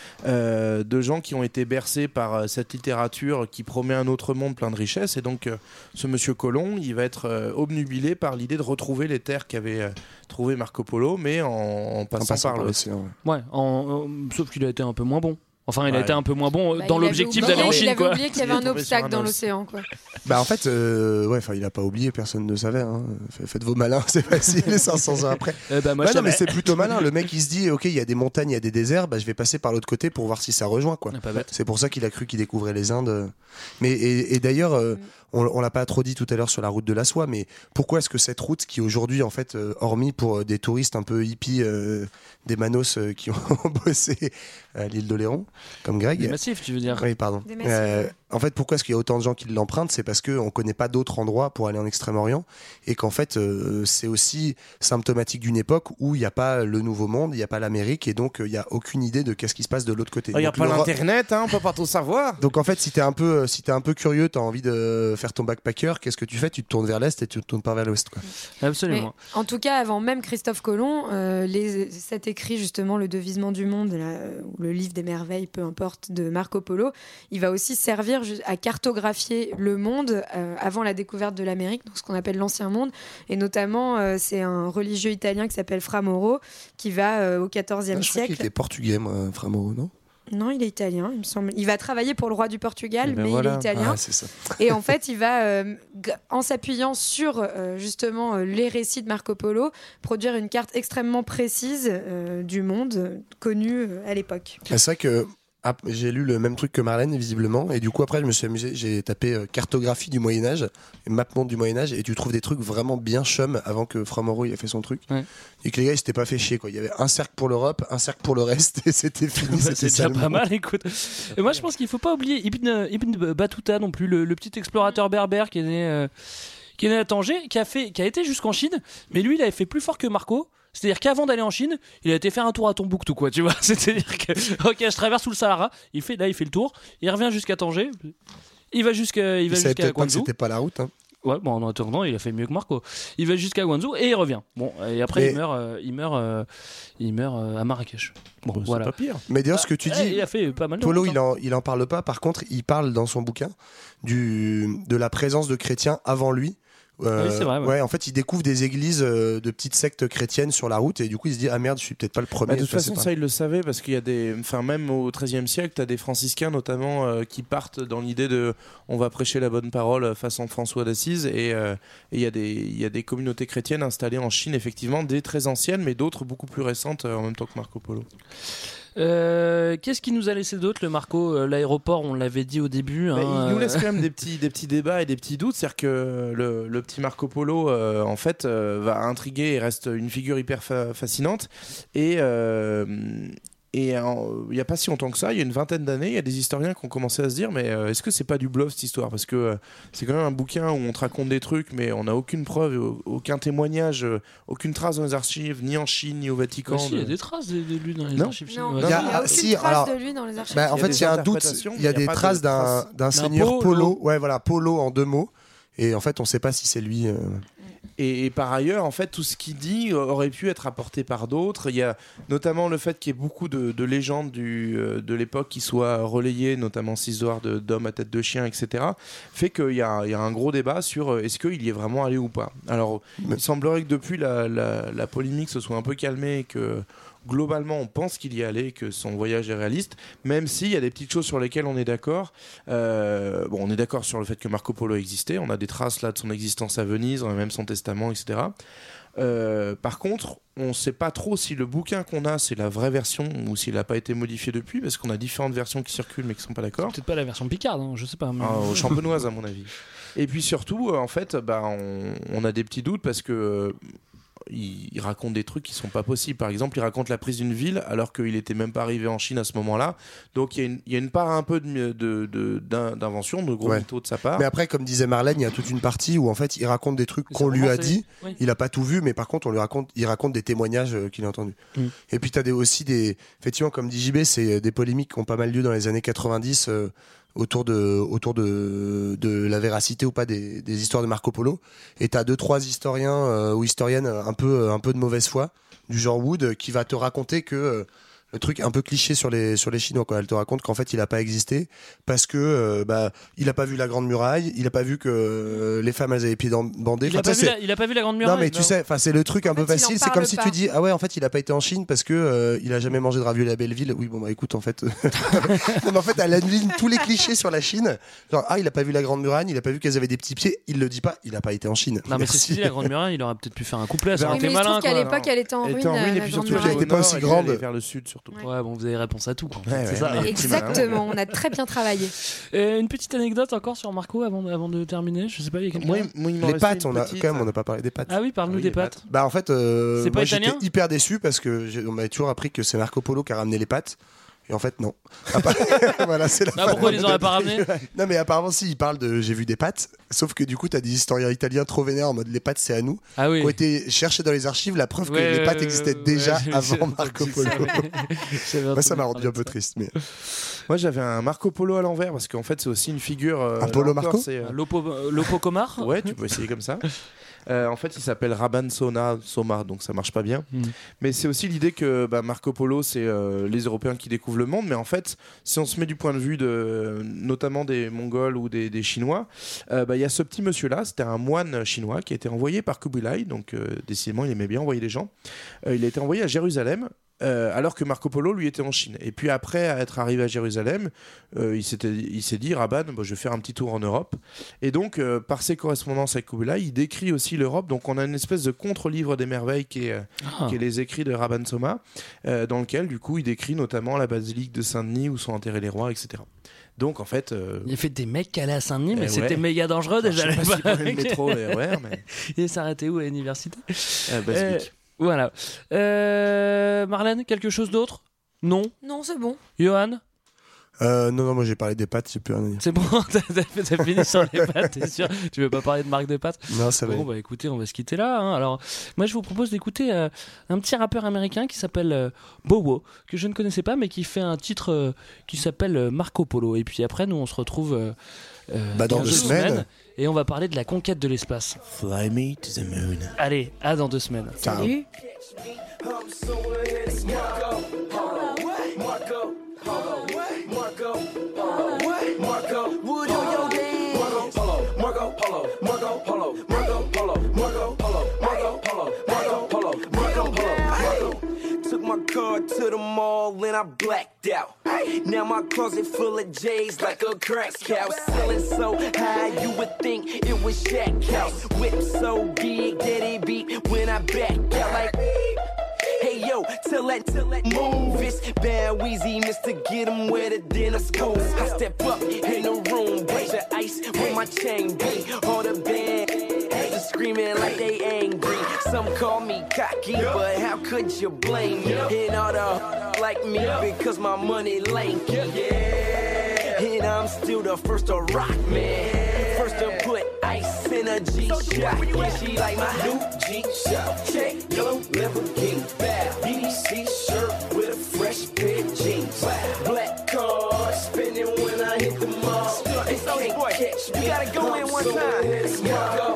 de gens qui ont été bercés par cette littérature qui promet un autre monde plein de richesses. Et donc, ce monsieur Colomb, il va être obnubilé par l'idée de retrouver les terres qu'avait trouvé Marco Polo, mais en passant par l'océan. Ouais, sauf qu'il a été un peu moins bon. Enfin, il a été un peu moins bon dans l'objectif d'aller en Chine. Il avait oublié qu'il y avait un obstacle dans l'océan. En fait, il a pas oublié, personne ne savait. Hein. Faites vos malins, c'est facile, les 500 ans après. Non, mais c'est plutôt malin. Le mec, il se dit, ok, il y a des montagnes, il y a des déserts, je vais passer par l'autre côté pour voir si ça rejoint. Quoi. C'est pour ça qu'il a cru qu'il découvrait les Indes. Mais et d'ailleurs, on l'a pas trop dit tout à l'heure sur la route de la soie, mais pourquoi est-ce que cette route, qui aujourd'hui, en fait, hormis pour des touristes un peu hippies, des manos qui ont bossé à l'île d'Oléron, comme Greg. Des massifs, tu veux dire? Oui, pardon. En fait, pourquoi est-ce qu'il y a autant de gens qui l'empruntent? C'est parce qu'on ne connaît pas d'autres endroits pour aller en Extrême-Orient, et qu'en fait, c'est aussi symptomatique d'une époque où il n'y a pas le Nouveau Monde, il n'y a pas l'Amérique, et donc il n'y a aucune idée de qu'est-ce qui se passe de l'autre côté. Il n'y a pas l'Internet, on ne peut pas tout savoir. Donc en fait, si t'es un peu curieux, t'as envie de faire ton backpacker, qu'est-ce que tu fais? Tu te tournes vers l'Est et tu te tournes pas vers l'Ouest. Absolument. Mais, en tout cas, avant même Christophe Colomb, cet écrit justement, Le Devisement du Monde, ou le Livre des Merveilles, peu importe, de Marco Polo, il va aussi servir à cartographier le monde avant la découverte de l'Amérique, donc ce qu'on appelle l'Ancien Monde, et notamment c'est un religieux italien qui s'appelle Fra Mauro qui va au XIVe siècle. Je crois qu'il était portugais, moi, Fra Mauro, non? Non, il est italien, il me semble. Il va travailler pour le roi du Portugal, mais il est italien. C'est ça. Et en fait, il va, en s'appuyant sur justement les récits de Marco Polo, produire une carte extrêmement précise du monde connu à l'époque. C'est vrai que j'ai lu le même truc que Marlène, visiblement, et du coup après je me suis amusé, j'ai tapé cartographie du Moyen-Âge, map monde du Moyen-Âge, et tu trouves des trucs vraiment bien chum avant que Fra Mauro il a fait son truc, et que les gars ils s'étaient pas fait chier, quoi. Il y avait un cercle pour l'Europe, un cercle pour le reste, et c'était fini. C'est déjà pas mal, écoute. Et moi je pense qu'il faut pas oublier Ibn Battuta non plus, le petit explorateur berbère qui est né à Tanger, qui a été jusqu'en Chine, mais lui il avait fait plus fort que Marco. C'est-à-dire qu'avant d'aller en Chine, il a été faire un tour à Tombouctou, quoi, tu vois. C'est-à-dire que, ok, je traverse tout le Sahara, il fait le tour, il revient jusqu'à Tanger, il va jusqu'à savait peut-être pas que c'était pas la route, hein. Ouais, bon, en attendant, il a fait mieux que Marco. Il va jusqu'à Guangzhou et il revient. Bon, et après, il meurt à Marrakech. Bon, C'est voilà. pas pire. Mais d'ailleurs, ce que tu dis, Il a fait pas mal de Polo, route, hein. il en parle pas. Par contre, il parle dans son bouquin de la présence de chrétiens avant lui. Oui, c'est vrai. Ouais, en fait, il découvre des églises de petites sectes chrétiennes sur la route et du coup, il se dit ah merde, je suis peut-être pas le premier. De toute façon, ça il le savait parce qu'il y a même au XIIIe siècle, t'as des franciscains notamment qui partent dans l'idée de on va prêcher la bonne parole façon François d'Assise et il y a des communautés chrétiennes installées en Chine effectivement, des très anciennes mais d'autres beaucoup plus récentes en même temps que Marco Polo. Qu'est-ce qui nous a laissé d'autre, le Marco? L'aéroport, on l'avait dit au début. Il nous laisse quand même des petits débats et des petits doutes. C'est-à-dire que le petit Marco Polo, en fait, va intriguer et reste une figure hyper fascinante. Et il n'y a pas si longtemps que ça, il y a une vingtaine d'années, il y a des historiens qui ont commencé à se dire mais est-ce que c'est pas du bluff cette histoire? Parce que c'est quand même un bouquin où on te raconte des trucs mais on n'a aucune preuve, aucun témoignage, aucune trace dans les archives, ni en Chine, ni au Vatican. Il y a des traces de lui dans les archives. Non, il n'y a aucune trace de lui dans les archives. En fait, il y a un doute. Il y a des traces d'un seigneur Polo. Ouais, voilà, Polo en 2 mots. Et en fait, on ne sait pas si c'est lui. Et par ailleurs, en fait, tout ce qu'il dit aurait pu être apporté par d'autres. Il y a notamment le fait qu'il y ait beaucoup de légendes de l'époque qui soient relayées, notamment ces histoires d'hommes à tête de chien, etc. Fait qu'il y a un gros débat sur est-ce qu'il y est vraiment allé ou pas. Alors, il semblerait que depuis la polémique se soit un peu calmée et que globalement, on pense qu'il y est allé, que son voyage est réaliste, même s'il y a des petites choses sur lesquelles on est d'accord. On est d'accord sur le fait que Marco Polo existait. On a des traces là de son existence à Venise, on a même son testament, etc. Par contre, on ne sait pas trop si le bouquin qu'on a, c'est la vraie version ou s'il n'a pas été modifié depuis, parce qu'on a différentes versions qui circulent mais qui ne sont pas d'accord. Peut-être pas la version Picard, hein, je sais pas. Mais... champenoise, à mon avis. Et puis surtout, en fait, on a des petits doutes parce que... il raconte des trucs qui sont pas possibles. Par exemple, il raconte la prise d'une ville alors qu'il était même pas arrivé en Chine à ce moment-là. Donc il y a une part un peu d'invention, de gros mytho de sa part. Mais après, comme disait Marlène, il y a toute une partie où en fait il raconte des trucs qu'on lui a dit. Oui. Il a pas tout vu, mais par contre il raconte des témoignages qu'il a entendus. Et puis tu as aussi effectivement, comme dit JB, c'est des polémiques qui ont pas mal lieu dans les années 90. Autour de la véracité ou pas des histoires de Marco Polo, et t'as 2-3 historiens ou historiennes un peu de mauvaise foi du genre Wood qui va te raconter que le truc un peu cliché sur les Chinois, quoi. Elle te raconte qu'en fait il a pas existé parce que il a pas vu la Grande Muraille, il a pas vu que les femmes elles avaient les pieds bandés. Il a pas vu la Grande Muraille. Non mais tu sais, c'est le truc un peu facile. C'est comme si tu dis ah ouais, en fait il a pas été en Chine parce que il a jamais mangé de ravioli à Belleville. Oui bon écoute en fait non, mais en fait elle aligne tous les clichés sur la Chine. Genre il a pas vu la Grande Muraille, il a pas vu qu'elles avaient des petits pieds. Il le dit pas, il a pas été en Chine. Non mais c'est la Grande Muraille, il aurait peut-être pu faire un couplet. Ça aurait été malin. Qu'à l'époque elle était en ruine. Et puis surtout elle était pas aussi grande. Vers le sud surtout. Ouais bon, vous avez réponse à tout. C'est ça. Exactement, on a très bien travaillé. Une petite anecdote encore sur Marco avant de terminer. Je sais pas, il y a quelqu'un. Les pâtes, on n'a pas parlé des pâtes. Ah oui, parle-nous des pâtes. En fait, c'est pas moi italien. J'étais hyper déçu parce que on m'avait toujours appris que c'est Marco Polo qui a ramené les pâtes. Et en fait, non. Voilà, c'est pourquoi ils les auraient pas ramenés? Non, mais apparemment, si, ils parlent de j'ai vu des pâtes. Sauf que du coup, t'as des historiens italiens trop vénères en mode les pâtes, c'est à nous. Ah oui. Qui ont été cherchés dans les archives la preuve que les pâtes existaient déjà avant Marco Polo. Moi, ça m'a rendu un peu triste. Mais... Moi, j'avais un Marco Polo à l'envers parce qu'en fait, c'est aussi une figure. Un Polo Marco? Lopo Comar? Ouais, tu peux essayer comme ça. En fait, il s'appelle Raban Soma, donc ça marche pas bien. Mais c'est aussi l'idée que Marco Polo, c'est les Européens qui découvrent le monde. Mais en fait, si on se met du point de vue notamment des Mongols ou des Chinois, il y a ce petit monsieur-là, c'était un moine chinois qui a été envoyé par Kublai, donc décidément, il aimait bien envoyer des gens. Il a été envoyé à Jérusalem. Alors que Marco Polo lui était en Chine. Et puis après à être arrivé à Jérusalem, il s'est dit Raban, je vais faire un petit tour en Europe. Et donc par ses correspondances avec Kublai, il décrit aussi l'Europe. Donc on a une espèce de contre-livre des merveilles qui est les écrits de Raban Soma, dans lequel du coup il décrit notamment la basilique de Saint-Denis où sont enterrés les rois, etc. Donc en fait, il a fait des mecs qui allaient à Saint-Denis, mais c'était méga dangereux déjà. Je sais pas s'il prenait le métro, les RER, mais il s'arrêtait où à l'université? Basilique. Voilà. Marlène, quelque chose d'autre? Non, c'est bon. Johan? Non, moi j'ai parlé des pâtes, j'ai plus rien à dire. C'est bon, t'as fini sur les pâtes, t'es sûr? Tu veux pas parler de marque de pâtes? Non, ça va. Bon, bah écoutez, on va se quitter là. Hein. Alors, moi je vous propose d'écouter un petit rappeur américain qui s'appelle Bowo, que je ne connaissais pas, mais qui fait un titre qui s'appelle Marco Polo. Et puis après, nous on se retrouve dans 2 semaines. Et on va parler de la conquête de l'espace. Fly me to the moon. Allez, à dans 2 semaines. Salut. Took my car to the mall and I blacked out. Now my closet full of J's like a crack house. Selling so high you would think it was Shack House. Whip so big that it beat when I back out like. Hey yo, till that move. It's Bad Weezy, Mr. Get 'em wetter than a school. I step up in the room, break the ice with my chain beat. All the band just screaming like they angry. Some call me cocky, but how could you blame me? And all the like me because my money lanky. Yeah, and I'm still the first to rock, man. First to put ice in a G-Shock. Yeah, she like my new G-Shock. Check yellow Lamborghini. Bad BBC shirt with a fresh pair of jeans. Black car spinning when I hit the mall. They can't catch me. You gotta go in one time.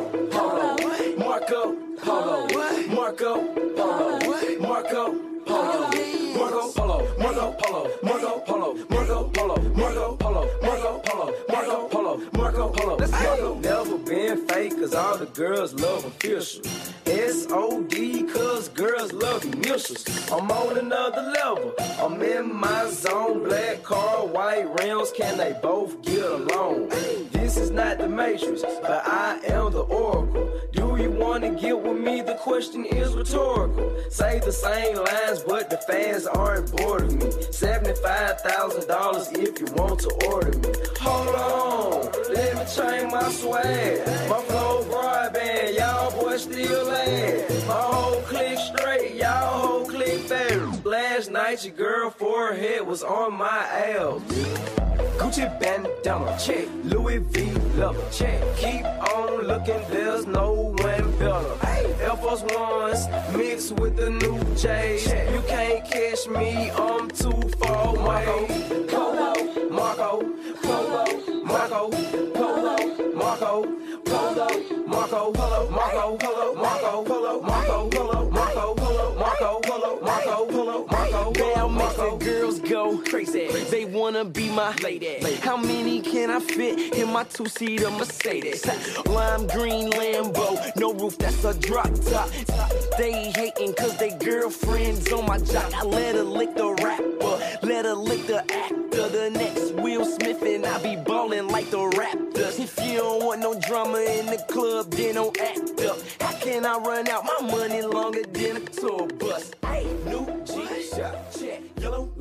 Marco Polo. Marco Polo. Marco Polo. Marco Polo. Marco Polo. Marco Polo. Marco Polo. Marco Polo. Marco Polo. Marco Polo. Marco Polo. Let's go. Never been fake cause all the girls love official. S.O.D. cause girls love initials. I'm on another level. I'm in my zone. Black car, white rims. Can they both get along? This is not the Matrix, but I am the Oracle. Do you want to get with me? The question is rhetorical. Say the same lines, but the fans aren't bored of me. $75,000 if you want to order me. Hold on, let me change my swag. My flow broadband, y'all boys still land. My whole clique straight, y'all whole clique fair. Last night your girl forehead was on my ass. Gucci bandana, check. Louis V leather, check. Keep on looking, there's no one better. Air Force Ones mixed with the new J's. You can't catch me, I'm too far away. Polo, Marco, Polo, Marco, Polo, Marco, Polo, Marco, Polo, Marco, Polo, Marco, Polo, Marco, Polo, Marco, Polo, Marco, Polo, Marco, Polo, Marco. Now make the girls go crazy. They wanna be my lady. How many can I fit in my 2-seater Mercedes? Lime green Lambo, no roof, that's a drop top. They hating cause they girlfriends on my jock. I let her lick the rapper, let her lick the actor. The next Will Smith and I be ballin' like the Raptors. If you don't want no drama in the club, then don't act up. How can I run out my money longer than a tour bus? Hey, new G-Shock, check, yellow